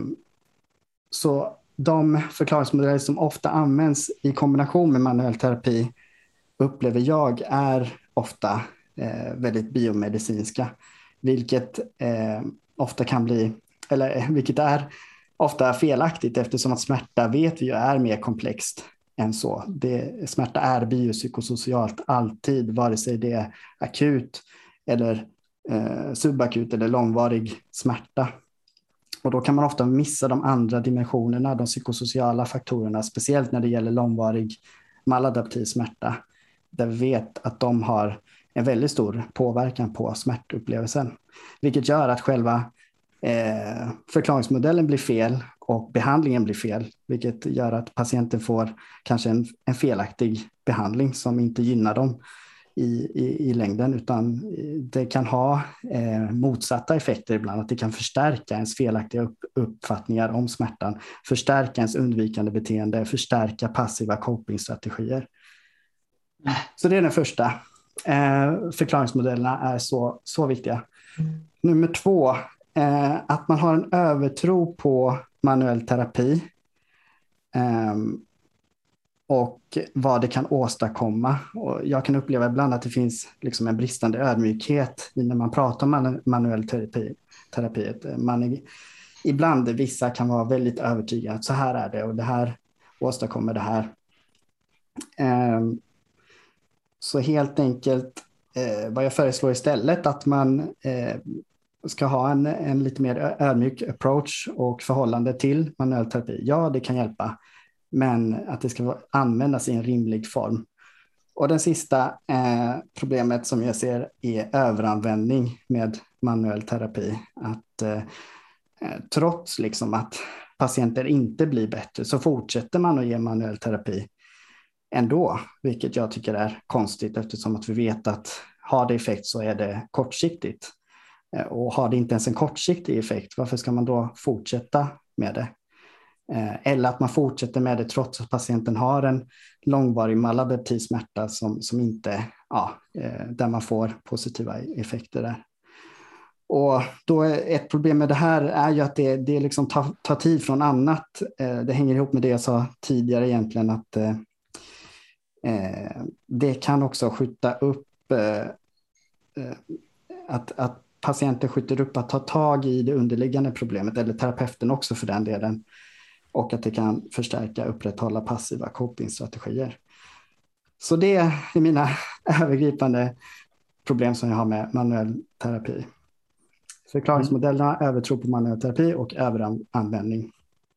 C: så de förklaringsmodeller som ofta används i kombination med manuell terapi upplever jag är ofta eh, väldigt biomedicinska, vilket eh, ofta kan bli, eller vilket är ofta felaktigt, eftersom att smärta vet vi ju är mer komplext än så. Det, smärta är biopsykosocialt alltid, vare sig det är akut eller eh, subakut eller långvarig smärta. Och då kan man ofta missa de andra dimensionerna, de psykosociala faktorerna, speciellt när det gäller långvarig maladaptiv smärta, där vi vet att de har en väldigt stor påverkan på smärtupplevelsen. Vilket gör att själva eh, förklaringsmodellen blir fel och behandlingen blir fel. Vilket gör att patienten får kanske en, en felaktig behandling som inte gynnar dem i, i, i längden, utan det kan ha eh, motsatta effekter ibland. Att det kan förstärka ens felaktiga upp, uppfattningar om smärtan, förstärka ens undvikande beteende, förstärka passiva copingstrategier. Så det är den första. Eh, förklaringsmodellerna är så, så viktiga. Mm. Nummer två, eh, att man har en övertro på manuell terapi eh, och vad det kan åstadkomma. Och jag kan uppleva ibland att det finns liksom en bristande ödmjukhet när man pratar om man, manuell terapi. terapi. Man är, ibland vissa kan vara väldigt övertygade att så här är det och det här åstadkommer det här. Eh, Så helt enkelt eh, vad jag föreslår istället att man eh, ska ha en, en lite mer ödmjuk approach och förhållande till manuell terapi. Ja, det kan hjälpa, men att det ska användas i en rimlig form. Och den sista eh, problemet som jag ser är överanvändning med manuell terapi. Att eh, trots liksom att patienter inte blir bättre så fortsätter man att ge manuell terapi ändå, vilket jag tycker är konstigt eftersom att vi vet att har det effekt så är det kortsiktigt. Och har det inte ens en kortsiktig effekt, varför ska man då fortsätta med det? Eller att man fortsätter med det trots att patienten har en långvarig malabertid smärta som, som inte, ja, där man får positiva effekter där. Och då är ett problem med det här är ju att det, det liksom tar, tar tid från annat. Det hänger ihop med det jag sa tidigare egentligen, att Eh, det kan också skjuta upp eh, eh, att, att patienten skjuter upp att ta tag i det underliggande problemet, eller terapeuten också för den delen, och att det kan förstärka upprätthålla passiva copingstrategier. Så det är mina övergripande problem som jag har med manuell terapi. Förklaringsmodellerna, mm. övertro på manuell terapi och överanvändning.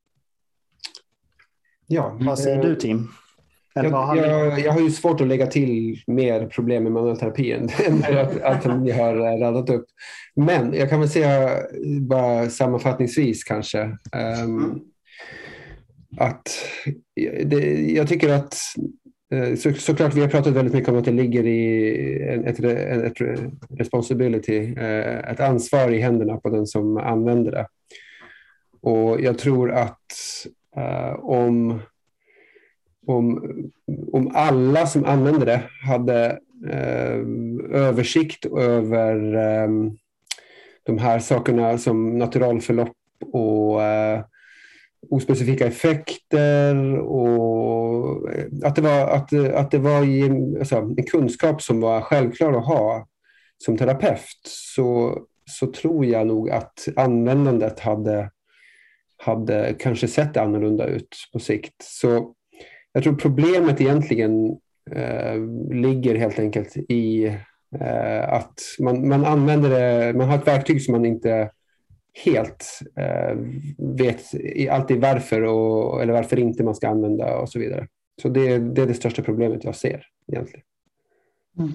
B: Ja,
C: vad säger du, Tim?
B: Jag, jag, jag har ju svårt att lägga till mer problem med manuell terapi än att, att ni har radat upp. Men jag kan väl säga bara sammanfattningsvis kanske um, att det, jag tycker att så, såklart vi har pratat väldigt mycket om att det ligger i ett, ett, ett responsibility, ett ansvar i händerna på den som använder det. Och jag tror att uh, om Om, om alla som använder det hade eh, översikt över eh, de här sakerna som naturalförlopp och eh, ospecifika effekter, och att det var, att, att det var en, alltså, en kunskap som var självklar att ha som terapeut, så, så tror jag nog att användandet hade, hade kanske sett annorlunda ut på sikt. Så jag tror problemet egentligen eh, ligger helt enkelt i eh, att man, man använder det, man har ett verktyg som man inte helt eh, vet alltid varför och, eller varför inte man ska använda och så vidare. Så det, det är det största problemet jag ser egentligen. Mm.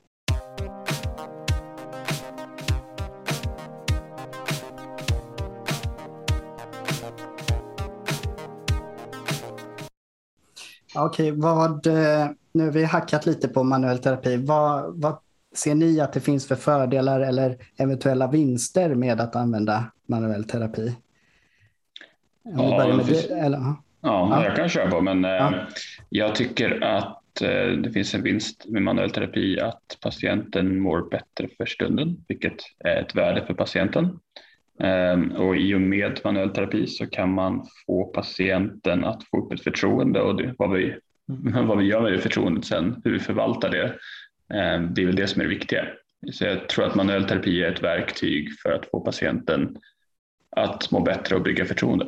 C: Okej, vad, nu har vi hackat lite på manuell terapi. Vad, vad ser ni att det finns för fördelar eller eventuella vinster med att använda manuell terapi? Om
A: ja,
C: vi börjar med
A: finns,
C: det, eller?
A: Ja, ja, jag kan köra på, men ja. eh, jag tycker att eh, det finns en vinst med manuell terapi, att patienten mår bättre för stunden, vilket är ett värde för patienten. Um, och i och med manuell terapi så kan man få patienten att få upp ett förtroende, och det, vad, vi, vad vi gör med det förtroendet sen, hur vi förvaltar det, um, det är väl det som är det viktiga. Så jag tror att manuell terapi är ett verktyg för att få patienten att må bättre och bygga förtroende.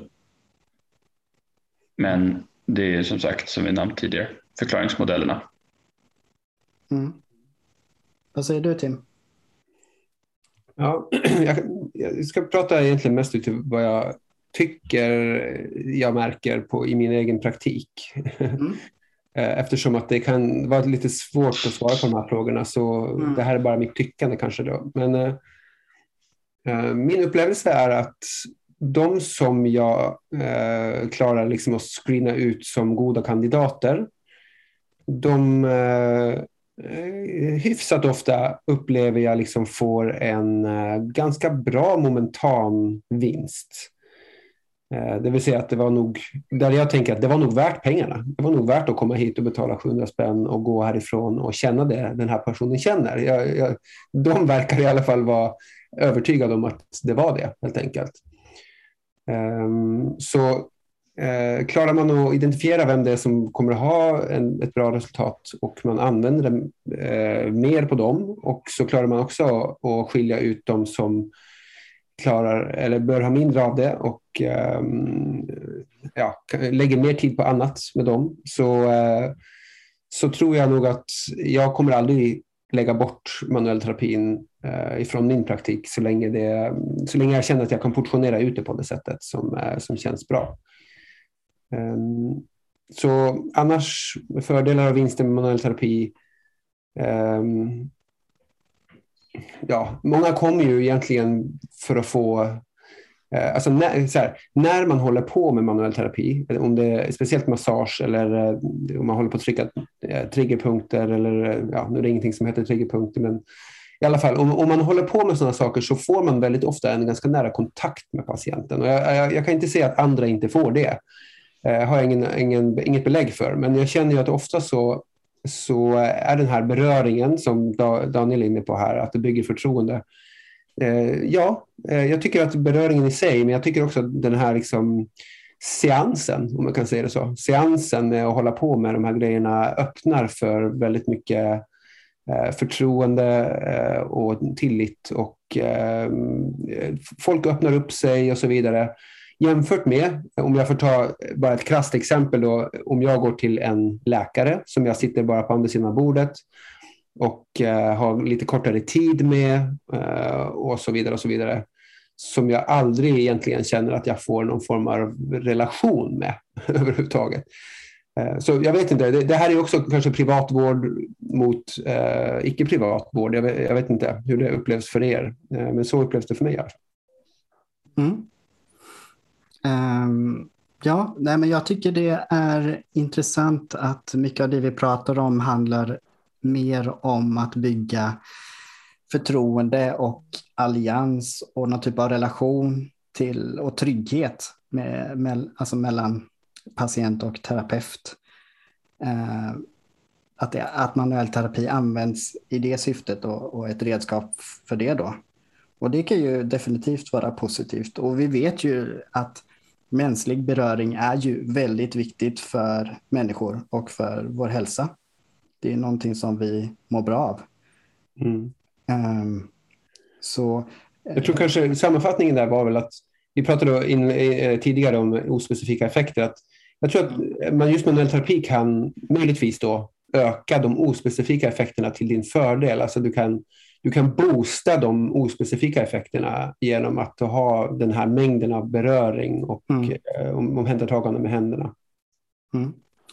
A: Men det är som sagt, som vi nämnt tidigare, förklaringsmodellerna.
B: Mm.
C: Vad säger du, Tim?
B: Ja, jag, jag ska prata egentligen mest ut vad jag tycker jag märker på i min egen praktik. Mm. Eftersom att det kan vara lite svårt att svara på de här frågorna, så mm. det här är bara mitt tyckande kanske då. Men eh, min upplevelse är att de som jag eh, klarar liksom att screena ut som goda kandidater, de eh, hyfsat ofta upplever jag liksom får en eh, ganska bra momentan vinst. Det vill säga att det var nog, där jag tänker att det var nog värt pengarna. Det var nog värt att komma hit och betala sjuhundra spänn och gå härifrån och känna det den här personen känner. Jag, jag, de verkar i alla fall vara övertygade om att det var det, helt enkelt. Um, så uh, klarar man att identifiera vem det är som kommer att ha en, ett bra resultat, och man använder det uh, mer på dem, och så klarar man också att skilja ut dem som klarar eller bör ha mindre av det och um, ja, lägger mer tid på annat med dem, så, uh, så tror jag nog att jag kommer aldrig lägga bort manuell terapin uh, ifrån min praktik så länge, det, så länge jag känner att jag kan portionera ut det på det sättet som, uh, som känns bra. Um, så annars, fördelar och vinster med manuell terapi, um, ja, många kommer ju egentligen för att få eh, alltså när, så här, när man håller på med manuell terapi, om det är speciellt massage eller eh, om man håller på att trycka eh, triggerpunkter eller ja, nu är det ingenting som heter triggerpunkter, men i alla fall om, om man håller på med sådana saker så får man väldigt ofta en ganska nära kontakt med patienten, och jag, jag, jag kan inte säga att andra inte får det, eh, har jag ingen, ingen, inget belägg för, men jag känner ju att ofta så så är den här beröringen som Daniel är inne på här, att det bygger förtroende. Eh, ja, eh, jag tycker att beröringen i sig, men jag tycker också att den här liksom seansen, om man kan säga det så, seansen med att hålla på med de här grejerna öppnar för väldigt mycket eh, förtroende eh, och tillit, och eh, folk öppnar upp sig och så vidare. Jämfört med, om jag får ta bara ett krasst exempel då, om jag går till en läkare som jag sitter bara på andra sidan bordet och eh, har lite kortare tid med eh, och så vidare och så vidare, som jag aldrig egentligen känner att jag får någon form av relation med överhuvudtaget. Eh, så jag vet inte, det, det här är också kanske privatvård mot eh, icke-privatvård. Jag vet, jag vet inte hur det upplevs för er, eh, men så upplevs det för mig.
C: Mm. Um, ja, nej, men jag tycker det är intressant att mycket av det vi pratar om handlar mer om att bygga förtroende och allians och någon typ av relation till och trygghet med, med, alltså mellan patient och terapeut. Uh, att, det, att manuell terapi används i det syftet och, och ett redskap för det då. Och det kan ju definitivt vara positivt, och vi vet ju att mänsklig beröring är ju väldigt viktigt för människor och för vår hälsa. Det är någonting som vi mår bra av.
B: Mm.
C: Um, så,
B: Jag tror kanske sammanfattningen där var väl att vi pratade in, eh, tidigare om ospecifika effekter. Att jag tror att man just manuell terapi kan möjligtvis då öka de ospecifika effekterna till din fördel. Alltså du kan Du kan boosta de ospecifika effekterna genom att ha den här mängden av beröring och mm. eh, omhändertagande med händerna.
C: Mm.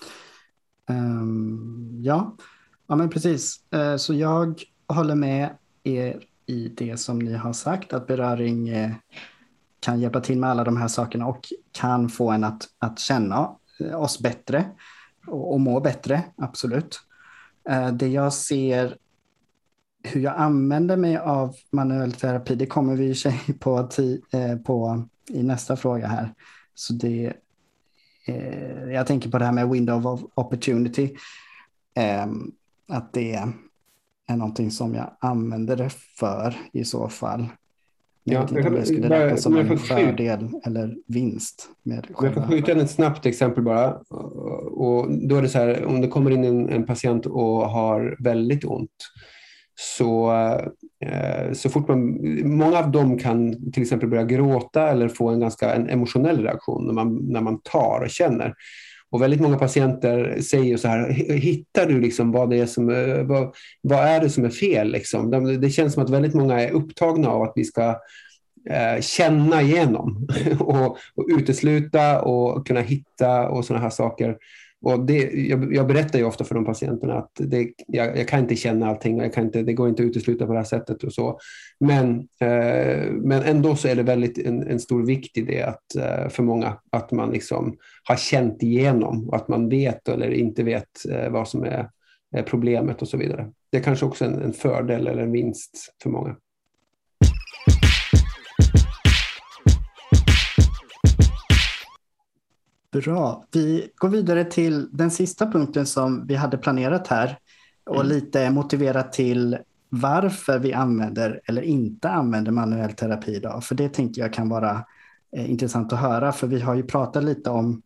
C: Um, ja. ja, men precis. Uh, så jag håller med er i det som ni har sagt, att beröring eh, kan hjälpa till med alla de här sakerna och kan få en att, att känna oss bättre och, och må bättre, absolut. Uh, det jag ser hur jag använder mig av manuell terapi, det kommer vi ju på, ti, eh, på i nästa fråga här. Så det, eh, jag tänker på det här med window of opportunity. Eh, att det är någonting som jag använder det för i så fall. Men ja, jag vet inte om det skulle räknas som en fördel eller vinst. Med
B: jag får skjuta ett snabbt exempel bara. Och då är det så här, om det kommer in en, en patient och har väldigt ont, så, eh, så fort man, många av dem kan till exempel börja gråta eller få en ganska en emotionell reaktion när man, när man tar och känner. Och väldigt många patienter säger så här, hittar du liksom vad det är som, vad, vad är det som är fel liksom? Det, det känns som att väldigt många är upptagna av att vi ska eh, känna igenom och, och utesluta och kunna hitta och såna här saker. Och det, jag, jag berättar ju ofta för de patienterna att det, jag, jag kan inte känna allting och jag kan inte, det går inte att utesluta på det här sättet och så. Men, eh, men ändå så är det väldigt en, en stor vikt i det att, eh, för många att man liksom har känt igenom och att man vet eller inte vet eh, vad som är, är problemet och så vidare. Det är kanske också en, en fördel eller en vinst för många.
C: Bra. Vi går vidare till den sista punkten som vi hade planerat här och mm. lite motiverat till varför vi använder eller inte använder manuell terapi idag. För det tänker jag kan vara eh, intressant att höra, för vi har ju pratat lite om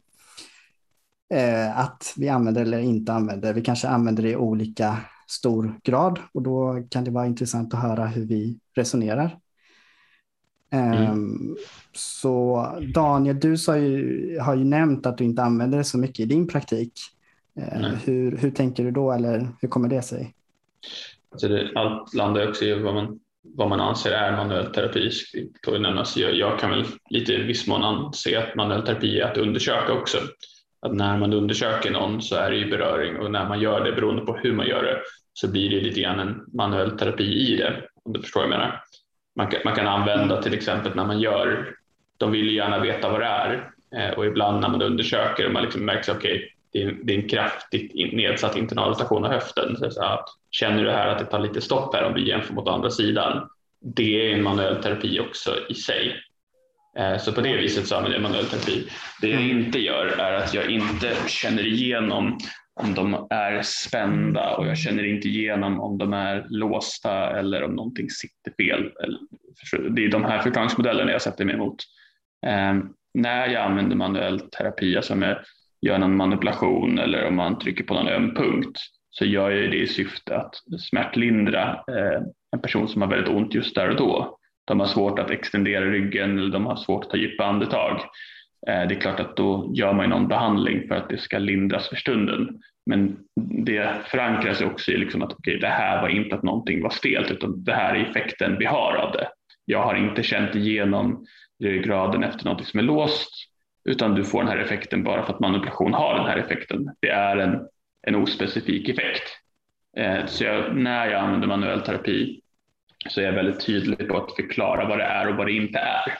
C: eh, att vi använder eller inte använder. Vi kanske använder det i olika stor grad och då kan det vara intressant att höra hur vi resonerar. Mm. Um, så Daniel, du sa ju, har ju nämnt att du inte använder det så mycket i din praktik. Uh, hur, hur tänker du då, eller hur kommer det sig?
A: Alltså det, allt landar också i vad man, vad man anser är manuell terapi. Jag, jag kan väl lite i viss mån anse att manuell terapi är att undersöka också. Att när man undersöker någon så är det ju beröring, och när man gör det, beroende på hur man gör det, så blir det lite grann en manuell terapi i det, om du förstår vad jag menar. Man kan, man kan använda till exempel när man gör, de vill gärna veta vad det är, eh, och ibland när man undersöker och man liksom märker att okay, det, är, det är en kraftigt nedsatt internal rotation av höften. Så, så att, känner du här att det tar lite stopp här om vi jämför mot andra sidan? Det är en manuell terapi också i sig. Eh, så på det viset så använder jag manuell terapi. Det jag inte gör är att jag inte känner igenom om de är spända, och jag känner inte igenom om de är låsta eller om någonting sitter fel. Det är de här förklaringsmodellerna jag sätter mig emot. Eh, när jag använder manuell terapi, alltså om jag gör någon manipulation eller om man trycker på någon öm punkt, så gör jag det i syfte att smärtlindra eh, en person som har väldigt ont just där och då. De har svårt att extendera ryggen eller de har svårt att ta djupa andetag. Det är klart att då gör man någon behandling för att det ska lindras för stunden. Men det förankras också i liksom att okay, det här var inte att någonting var stelt, utan det här är effekten vi har av det. Jag har inte känt igenom graden efter något som är låst, utan du får den här effekten bara för att manipulation har den här effekten. Det är en, en ospecifik effekt. Så jag, när jag använder manuell terapi så är jag väldigt tydlig på att förklara vad det är och vad det inte är.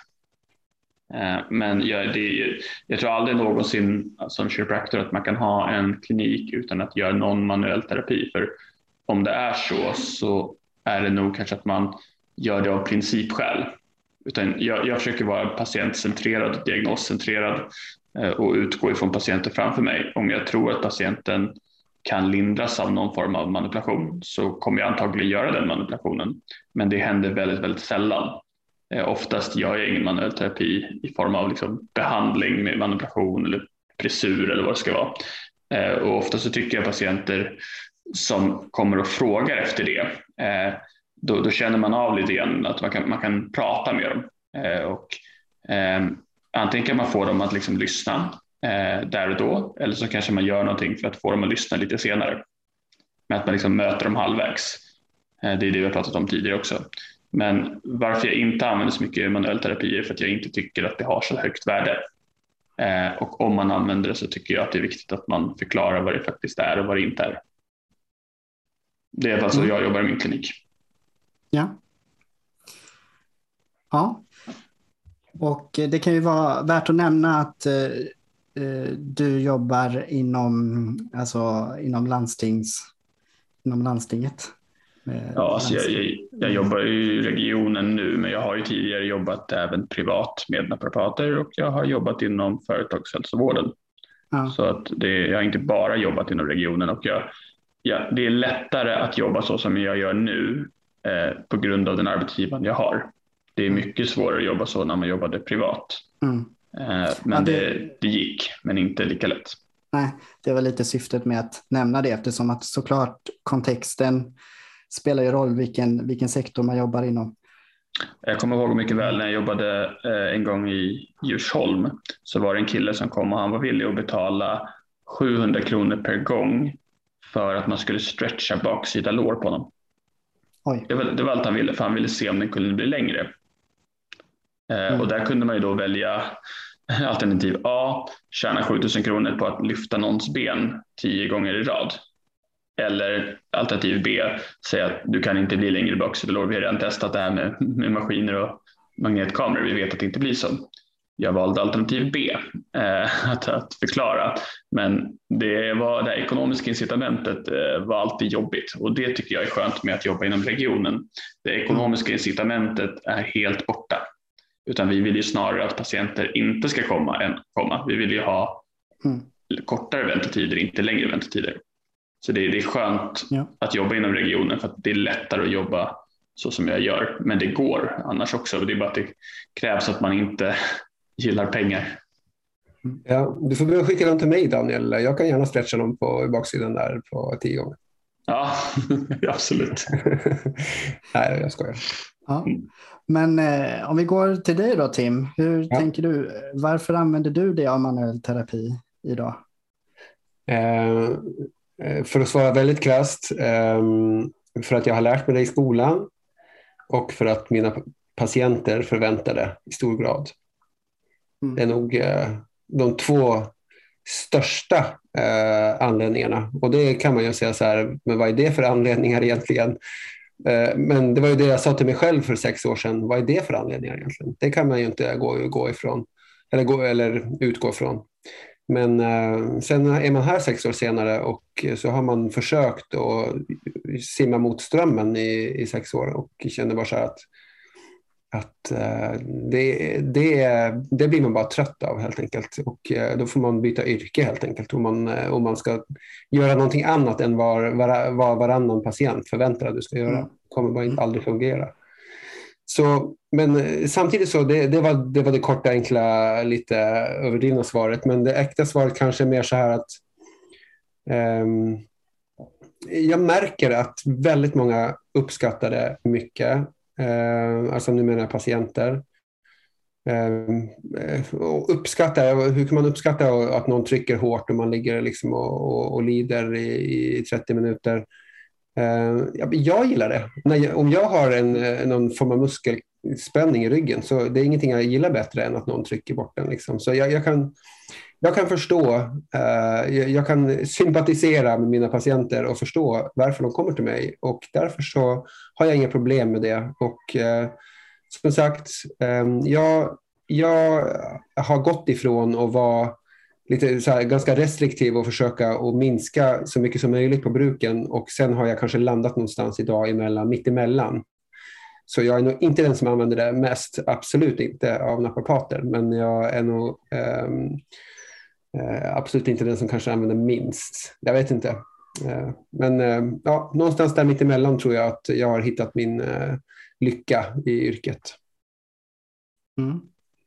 A: Men jag, det, jag tror aldrig någonsin som kiropraktor att man kan ha en klinik utan att göra någon manuell terapi. För om det är så, så är det nog kanske att man gör det av principskäl. Utan jag, jag försöker vara patientcentrerad, diagnoscentrerad och utgå ifrån patienten framför mig. Om jag tror att patienten kan lindras av någon form av manipulation så kommer jag antagligen göra den manipulationen. Men det händer väldigt, väldigt sällan. Eh, oftast gör jag ingen manuell terapi i form av liksom behandling med manipulation eller pressur eller vad det ska vara. Eh, och ofta så tycker jag patienter som kommer och frågar efter det, eh, då, då känner man av lite grann att man kan, man kan prata med dem. Eh, och, eh, antingen kan man få dem att liksom lyssna eh, där och då, eller så kanske man gör någonting för att få dem att lyssna lite senare. Med att man liksom möter dem halvvägs. Eh, det är det vi har pratat om tidigare också. Men varför jag inte använder så mycket manuell terapi är för att jag inte tycker att det har så högt värde. Eh, och om man använder det så tycker jag att det är viktigt att man förklarar vad det faktiskt är och vad det inte är. Det är alltså mm. jag jobbar i min klinik.
C: Ja. Ja. Och det kan ju vara värt att nämna att eh, du jobbar inom, alltså, inom, landstings, inom landstinget.
A: Ja, alltså jag, jag, jag jobbar i regionen nu, men jag har ju tidigare jobbat även privat med naprapater och jag har jobbat inom företagshälsovården. Ja. Så att det, jag har inte bara jobbat inom regionen, och jag, ja, det är lättare att jobba så som jag gör nu eh, på grund av den arbetsgivaren jag har. Det är mycket svårare att jobba så när man jobbade privat. Mm. Eh, men ja, det... Det, det gick, men inte lika lätt.
C: Nej, det var lite syftet med att nämna det, eftersom att såklart kontexten spelar ju roll vilken, vilken sektor man jobbar inom.
A: Jag kommer ihåg mycket väl när jag jobbade eh, en gång i Djursholm, så var det en kille som kom och han var villig att betala sjuhundra kronor per gång för att man skulle stretcha baksida lår på honom. Oj. Det var, det var allt han ville, för han ville se om den kunde bli längre. Eh, mm. Och där kunde man ju då välja alternativ A, tjäna sjutusen kronor på att lyfta någons ben tio gånger i rad. Eller alternativ B, säga att du kan inte bli längre bak, så vi har redan testat det här med, med maskiner och magnetkameror. Vi vet att det inte blir så. Jag valde alternativ B eh, att, att förklara. Men det, var, det här ekonomiska incitamentet eh, var alltid jobbigt. Och det tycker jag är skönt med att jobba inom regionen. Det ekonomiska incitamentet är helt borta. Utan vi vill ju snarare att patienter inte ska komma än komma. Vi vill ju ha mm. kortare väntetider, inte längre väntetider. Så det, det är skönt ja. att jobba inom regionen, för att det är lättare att jobba så som jag gör. Men det går annars också. Det är bara att det krävs att man inte gillar pengar.
B: Ja, du får börja skicka dem till mig, Daniel. Jag kan gärna stretcha dem på baksidan där på tio gånger.
A: Ja, absolut.
B: Nej, jag skojar.
C: Ja. Men eh, om vi går till dig då, Tim. Hur ja. tänker du? Varför använder du det av manuell terapi idag?
B: Eh, för att svara väldigt krasst. Eh, för att jag har lärt mig det i skolan. Och för att mina patienter förväntar det i stor grad. Mm. Det är nog eh, de två största eh, anledningarna. Och det kan man ju säga så här, men vad är det för anledningar egentligen? Eh, men det var ju det jag sa till mig själv för sex år sedan. Vad är det för anledningar egentligen? Det kan man ju inte gå, gå ifrån. Eller, gå, eller utgå ifrån. Men eh, sen är man här sex år senare och så har man försökt att simma mot strömmen i, i sex år och känner bara så här att att uh, det, det, det blir man bara trött av helt enkelt, och uh, då får man byta yrke helt enkelt om man, uh, om man ska göra någonting annat än vad var, var varannan patient förväntar att du ska göra. Det kommer bara inte aldrig fungera. Så, men uh, samtidigt så det, det, var, det var det korta, enkla, lite överdrivna svaret, men det äkta svaret kanske är mer så här att um, jag märker att väldigt många uppskattar det mycket. Uh, alltså nu menar jag patienter. Uh, och uppskatta, hur kan man uppskatta att någon trycker hårt och man ligger liksom och, och, och lider i, i trettio minuter? Uh, jag, jag gillar det. När jag, om jag har en, någon form av muskelspänning i ryggen, så det är ingenting jag gillar bättre än att någon trycker bort den. Liksom. Så jag, jag, kan, jag kan förstå, uh, jag, jag kan sympatisera med mina patienter och förstå varför de kommer till mig. Och därför så har jag inga problem med det. Och uh, som sagt, um, jag, jag har gått ifrån att vara lite så här, ganska restriktiv och försöka att minska så mycket som möjligt på bruken. Och sen har jag kanske landat någonstans idag emellan, mitt emellan. Så jag är nog inte den som använder det mest, absolut inte, av naprapater. Men jag är nog um, uh, absolut inte den som kanske använder minst. Jag vet inte. Uh, men uh, ja, någonstans där mitt emellan tror jag att jag har hittat min uh, lycka i yrket.
A: Mm.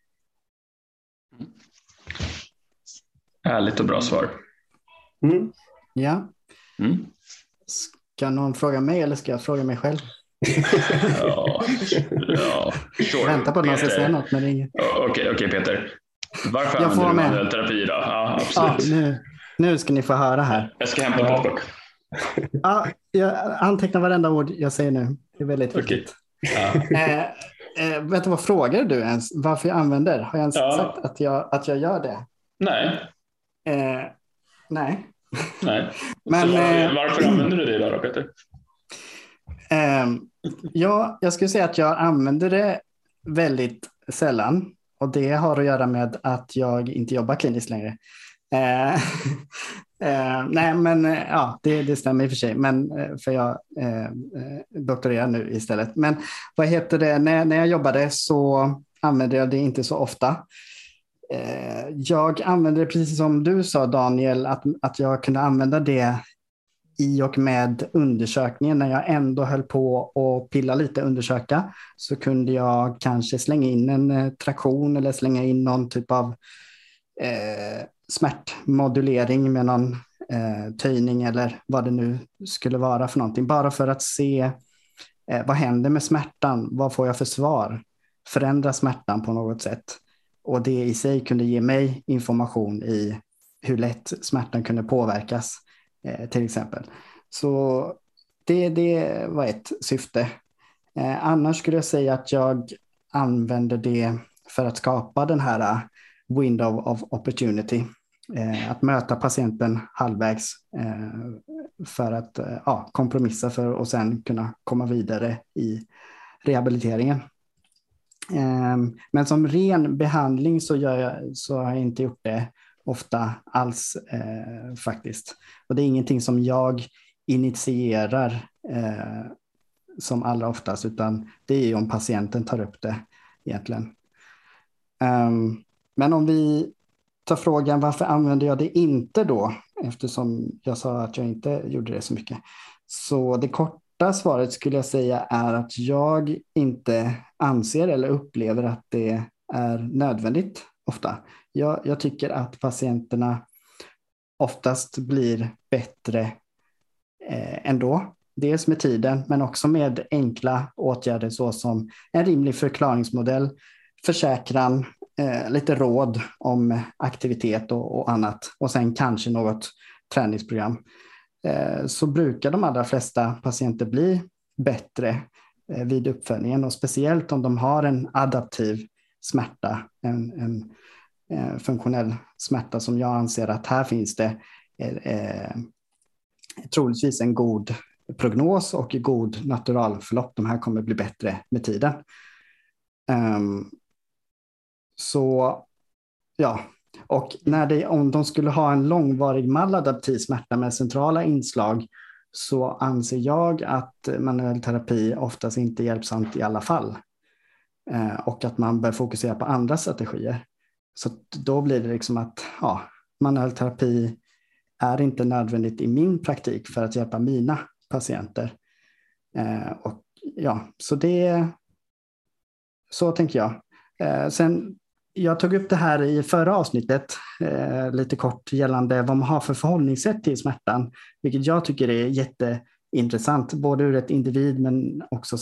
A: Ärligt och bra svar.
C: Mm. Ja.
A: Mm.
C: Ska någon fråga mig eller ska jag fråga mig själv?
A: ja, ja. Sure.
C: Vänta på att någon ska säga något, men inget.
A: Okej, okay, okay, Peter. Varför
C: jag
A: använder du manuell terapi då? Ja, absolut.
C: Ja, nu, nu ska ni få höra här.
A: Jag ska hämta en plåtburk.
C: Ja, jag antecknar varenda ord jag säger nu. Det är väldigt viktigt. Okay. Ja. Eh, eh, vet du vad frågar du ens? Varför jag använder? Har jag ens ja. sagt att jag, att jag gör det?
A: Nej.
C: Eh, nej.
A: Nej.
C: Men,
A: Så var,
C: eh,
A: varför använder du det då, Peter?
C: Eh, ja, jag skulle säga att jag använder det väldigt sällan. Och det har att göra med att jag inte jobbar kliniskt längre. Eh, eh, nej, men ja, det, det stämmer i och för sig. Men för jag eh, doktorerar nu istället. Men vad heter det? När, när jag jobbade så använde jag det inte så ofta. Eh, jag använde det precis som du sa, Daniel, att, att jag kunde använda det i och med undersökningen. När jag ändå höll på och pilla lite undersöka, så kunde jag kanske slänga in en eh, traktion eller slänga in någon typ av eh, smärtmodulering med någon eh, töjning eller vad det nu skulle vara för någonting. Bara för att se eh, vad händer med smärtan? Vad får jag för svar? Förändra smärtan på något sätt. Och det i sig kunde ge mig information i hur lätt smärtan kunde påverkas. Eh, till exempel. Så det, det var ett syfte. Eh, annars skulle jag säga att jag använder det för att skapa den här window of opportunity. Eh, att möta patienten halvvägs eh, för att eh, ja, kompromissa för att sen kunna komma vidare i rehabiliteringen. Eh, men som ren behandling så, gör jag, så har jag inte gjort det ofta alls eh, faktiskt. Och det är ingenting som jag initierar eh, som allra oftast, utan det är ju om patienten tar upp det egentligen. Um, men om vi tar frågan varför använder jag det inte då, eftersom jag sa att jag inte gjorde det så mycket. Så det korta svaret skulle jag säga är att jag inte anser eller upplever att det är nödvändigt ofta. Jag, jag tycker att patienterna oftast blir bättre eh, ändå. Dels med tiden, men också med enkla åtgärder såsom en rimlig förklaringsmodell, försäkran, eh, lite råd om aktivitet och, och annat. Och sen kanske något träningsprogram. Eh, så brukar de allra flesta patienter bli bättre eh, vid uppföljningen. Och speciellt om de har en adaptiv smärta, en, en eh, funktionell smärta som jag anser att här finns det eh, troligtvis en god prognos och god naturalförlopp. De här kommer bli bättre med tiden. Um, så ja, och när det, om de skulle ha en långvarig maladaptiv smärta med centrala inslag så anser jag att manuell terapi oftast inte är hjälpsamt i alla fall. Uh, och att man bör fokusera på andra strategier. Så då blir det liksom att ja, manuell terapi är inte nödvändigt i min praktik för att hjälpa mina patienter. Eh, och ja, så det så tänker jag. Eh, sen, jag tog upp det här i förra avsnittet eh, lite kort gällande vad man har för förhållningssätt till smärtan, vilket jag tycker är jätteintressant, både ur ett individ men också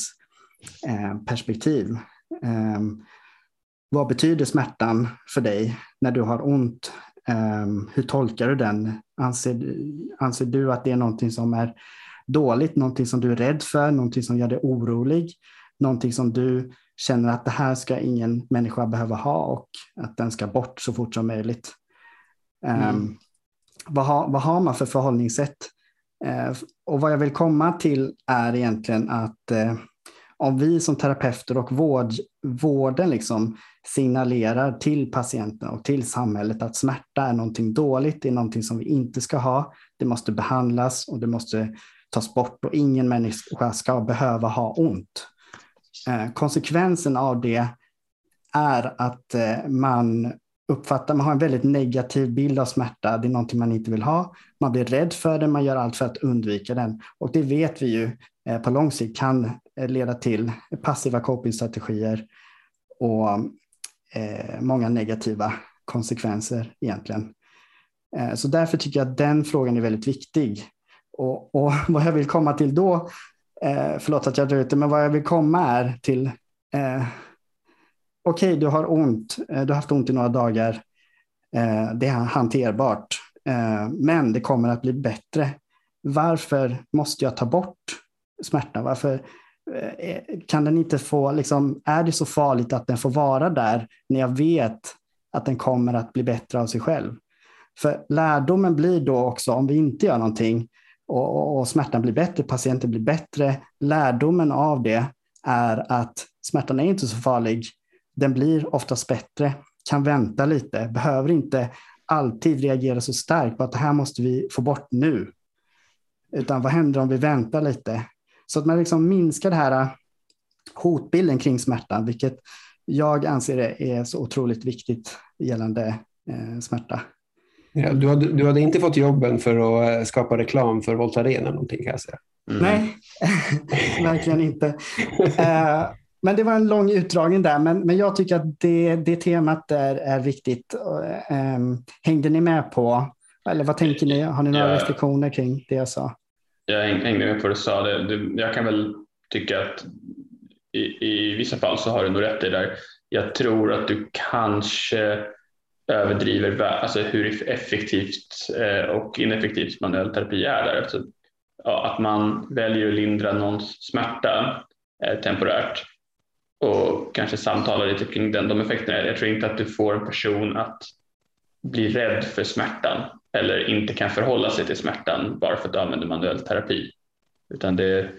C: samhällsperspektiv. Eh, eh, vad betyder smärtan för dig när du har ont? Eh, hur tolkar du den? Anser, anser du att det är någonting som är dåligt, någonting som du är rädd för, någonting som gör dig orolig, någonting som du känner att det här ska ingen människa behöva ha och att den ska bort så fort som möjligt. Mm. Um, vad, har, vad har man för förhållningssätt? Uh, och vad jag vill komma till är egentligen att uh, om vi som terapeuter och vård, vården liksom signalerar till patienten och till samhället att smärta är någonting dåligt, det är någonting som vi inte ska ha, det måste behandlas och det måste tas bort och ingen människa ska behöva ha ont. Eh, konsekvensen av det är att eh, man uppfattar, man har en väldigt negativ bild av smärta, det är någonting man inte vill ha, man blir rädd för den, man gör allt för att undvika den och det vet vi ju eh, på lång sikt kan eh, leda till passiva copingstrategier och eh, många negativa konsekvenser egentligen. Eh, så därför tycker jag att den frågan är väldigt viktig. Och, och vad jag vill komma till då, eh, förlåt att jag drar ut det, men vad jag vill komma är till, eh, okej okay, du har ont, eh, du har haft ont i några dagar, eh, det är hanterbart, eh, men det kommer att bli bättre. Varför måste jag ta bort smärtan? Varför eh, kan den inte få, liksom, är det så farligt att den får vara där när jag vet att den kommer att bli bättre av sig själv? För lärdomen blir då också, om vi inte gör någonting, Och, och smärtan blir bättre, patienten blir bättre. Lärdomen av det är att smärtan är inte så farlig. Den blir oftast bättre, kan vänta lite, behöver inte alltid reagera så starkt på att det här måste vi få bort nu. Utan vad händer om vi väntar lite? Så att man liksom minskar den här hotbilden kring smärtan, vilket jag anser är så otroligt viktigt gällande eh, smärta.
B: Ja, du, hade, du hade inte fått jobben för att skapa reklam för Voltaren eller någonting, kan jag säga.
C: Mm. Nej, verkligen inte. Uh, men det var en lång utdragning där, men, men jag tycker att det, det temat är, är viktigt. Um, hängde ni med på, eller vad tänker ni? Har ni några ja. restriktioner kring det jag sa?
A: Jag hängde med på det du sa. Det, det, jag kan väl tycka att i, i vissa fall så har du nog rätt i där. Jag tror att du kanske överdriver alltså hur effektivt och ineffektivt manuell terapi är där. Alltså, ja, att man väljer att lindra någons smärta eh, temporärt och kanske samtala lite kring den, de effekterna. Jag tror inte att du får en person att bli rädd för smärtan eller inte kan förhålla sig till smärtan bara för att du använder manuell terapi. Utan det,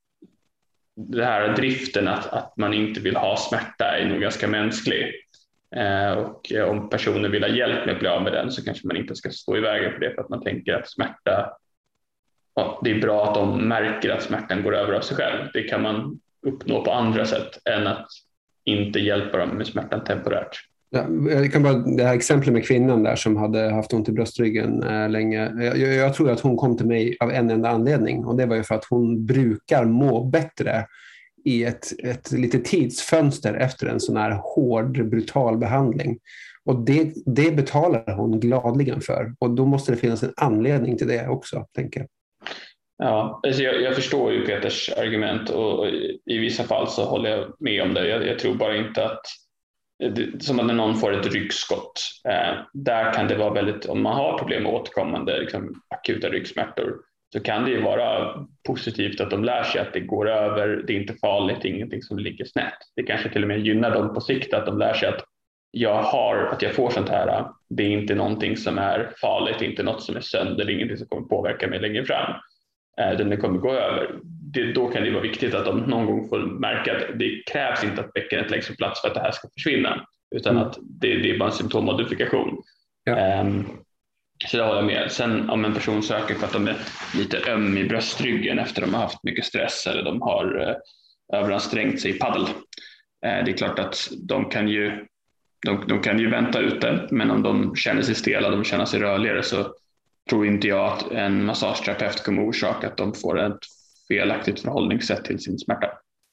A: det här driften att, att man inte vill ha smärta är nog ganska mänsklig. Eh, och om personer vill ha hjälp med att bli av med den så kanske man inte ska stå i vägen för det, för att man tänker att smärta, ja, det är bra att de märker att smärtan går över av sig själv. Det kan man uppnå på andra sätt än att inte hjälpa dem med smärtan temporärt.
B: Ja, jag kan bara, det här exemplet med kvinnan där som hade haft ont i bröstryggen eh, länge. Jag, jag tror att hon kom till mig av en enda anledning, och det var ju för att hon brukar må bättre i ett, ett litet tidsfönster efter en sån här hård, brutal behandling. Och det, det betalar hon gladligen för. Och då måste det finnas en anledning till det också, tänker jag.
A: Ja, alltså jag, jag förstår ju Peters argument, och i vissa fall så håller jag med om det. Jag, jag tror bara inte att, det, som att när någon får ett ryggskott, eh, där kan det vara väldigt, om man har problem med återkommande liksom, akuta ryggsmärtor, så kan det ju vara positivt att de lär sig att det går över, det är inte farligt, det är ingenting som ligger snett. Det kanske till och med gynnar dem på sikt att de lär sig att jag har, att jag får sånt här, det är inte någonting som är farligt, det är inte något som är sönder, det är ingenting som kommer påverka mig längre fram. Den kommer gå över. Det, då kan det vara viktigt att de någon gång får märka att det krävs inte att bäckenet läggs på plats för att det här ska försvinna, utan mm. att det, det är bara en symptommodifikation. Ja. Um, så det håller jag med. Sen om en person söker för att de är lite öm i bröstryggen efter att de har haft mycket stress eller de har uh, överansträngt sig i paddel, uh, det är klart att de kan ju de, de kan ju vänta ut det, men om de känner sig stela, de känner sig rörligare, så tror inte jag att en massageterapeut kommer orsaka att de får ett felaktigt förhållningssätt till sin smärta.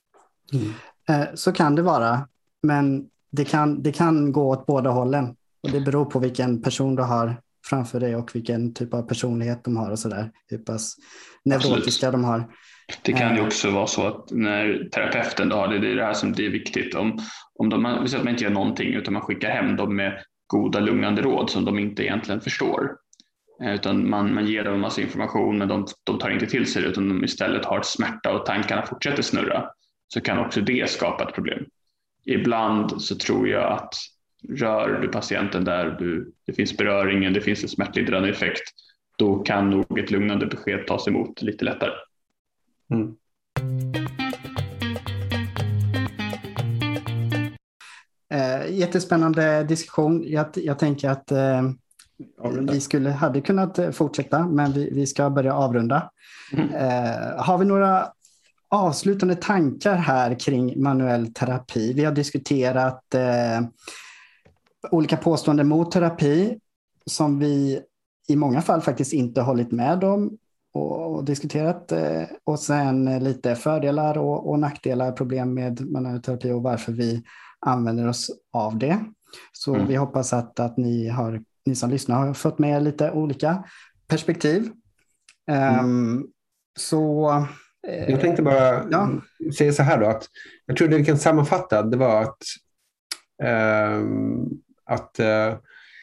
C: Mm. Så kan det vara, men det kan, det kan gå åt båda hållen. Och det beror på vilken person du har framför dig och vilken typ av personlighet de har och sådär. Hur pass neurotiska de har.
A: Det kan ju också vara så att när terapeuten då har det, det är det här som det är viktigt. Om, om de, vi säger att man inte gör någonting utan man skickar hem dem med goda lugnande råd som de inte egentligen förstår. Utan man, man ger dem en massa information, men de, de tar inte till sig det, utan de istället har ett smärta och tankarna fortsätter snurra, så kan också det skapa ett problem. Ibland så tror jag att rör du patienten där du, det finns beröringen, det finns en smärtlindrande effekt, då kan nog ett lugnande besked tas emot lite lättare. Mm.
C: Eh, jättespännande diskussion. Jag, jag tänker att eh, vi skulle, hade kunnat fortsätta, men vi, vi ska börja avrunda. Mm. Eh, har vi några avslutande tankar här kring manuell terapi? Vi har diskuterat eh, olika påståenden mot terapi som vi i många fall faktiskt inte hållit med om och, och diskuterat. Eh, och sen lite fördelar och, och nackdelar, problem med manuell terapi och varför vi använder oss av det. Så mm. vi hoppas att, att ni, har, ni som lyssnar har fått med lite olika perspektiv. Mm. Um, så...
B: Eh, jag tänkte bara ja. säga så här då, att jag tror det vi kan sammanfatta, det var att, eh, att eh,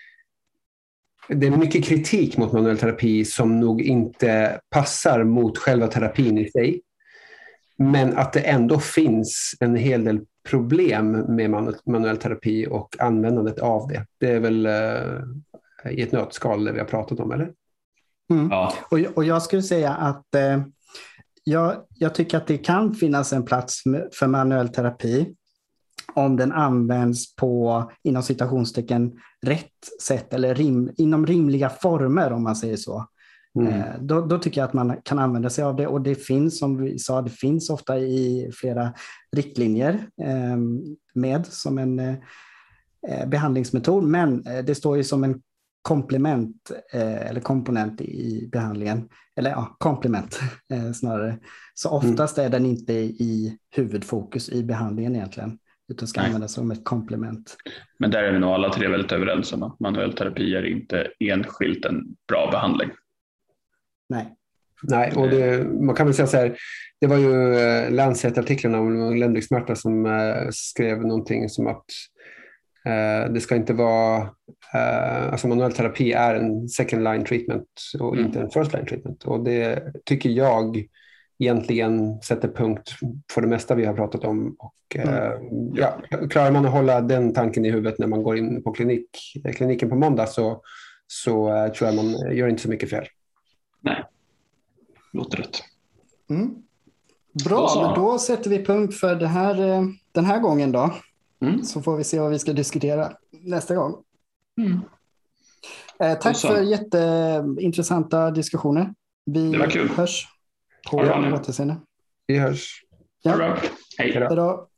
B: det är mycket kritik mot manuell terapi som nog inte passar mot själva terapin i sig. Men att det ändå finns en hel del problem med manuell terapi och användandet av det. Det är väl eh, i ett nötskal det vi har pratat om, eller?
C: Mm. Ja. Och, och jag skulle säga att eh, jag, jag tycker att det kan finnas en plats för manuell terapi om den används på, inom citationstecken, rätt sätt eller rim, inom rimliga former, om man säger så. Mm. Eh, då, då tycker jag att man kan använda sig av det, och det finns, som vi sa, det finns ofta i flera riktlinjer eh, med som en eh, behandlingsmetod, men eh, det står ju som en komplement eh, eller komponent i behandlingen, eller ja, komplement eh, snarare. Så oftast mm. är den inte i huvudfokus i behandlingen egentligen, utan ska Nej. användas som ett komplement.
A: Men där är vi nog alla tre väldigt överens om att manuell terapi är inte enskilt en bra behandling.
C: Nej.
B: Nej, och det, man kan väl säga så här, det var ju eh, Lancet-artiklarna om ländryggsmärta som eh, skrev någonting som att eh, det ska inte vara, eh, alltså manuell terapi är en second line treatment och mm. inte en first line treatment. Och det tycker jag egentligen sätter punkt för det mesta vi har pratat om. Och,
C: Mm.
B: eh, ja, klarar man att hålla den tanken i huvudet när man går in på klinik, kliniken på måndag så, så eh, tror jag man gör inte så mycket fel.
A: Nej, låter rätt.
C: Mm. Bra,
A: Då
C: men då sätter vi punkt för det här, eh, den här gången då.
A: Mm.
C: Så får vi se vad vi ska diskutera nästa gång.
A: Mm.
C: Eh, tack
A: så.
C: för jätteintressanta diskussioner. Vi
A: Det var kul.
C: hörs på
A: Ha det bra nu.
C: återseende.
B: Vi hörs.
A: Ha
C: Ja.
A: det bra. Hej.
B: Hej då.
C: Hej då.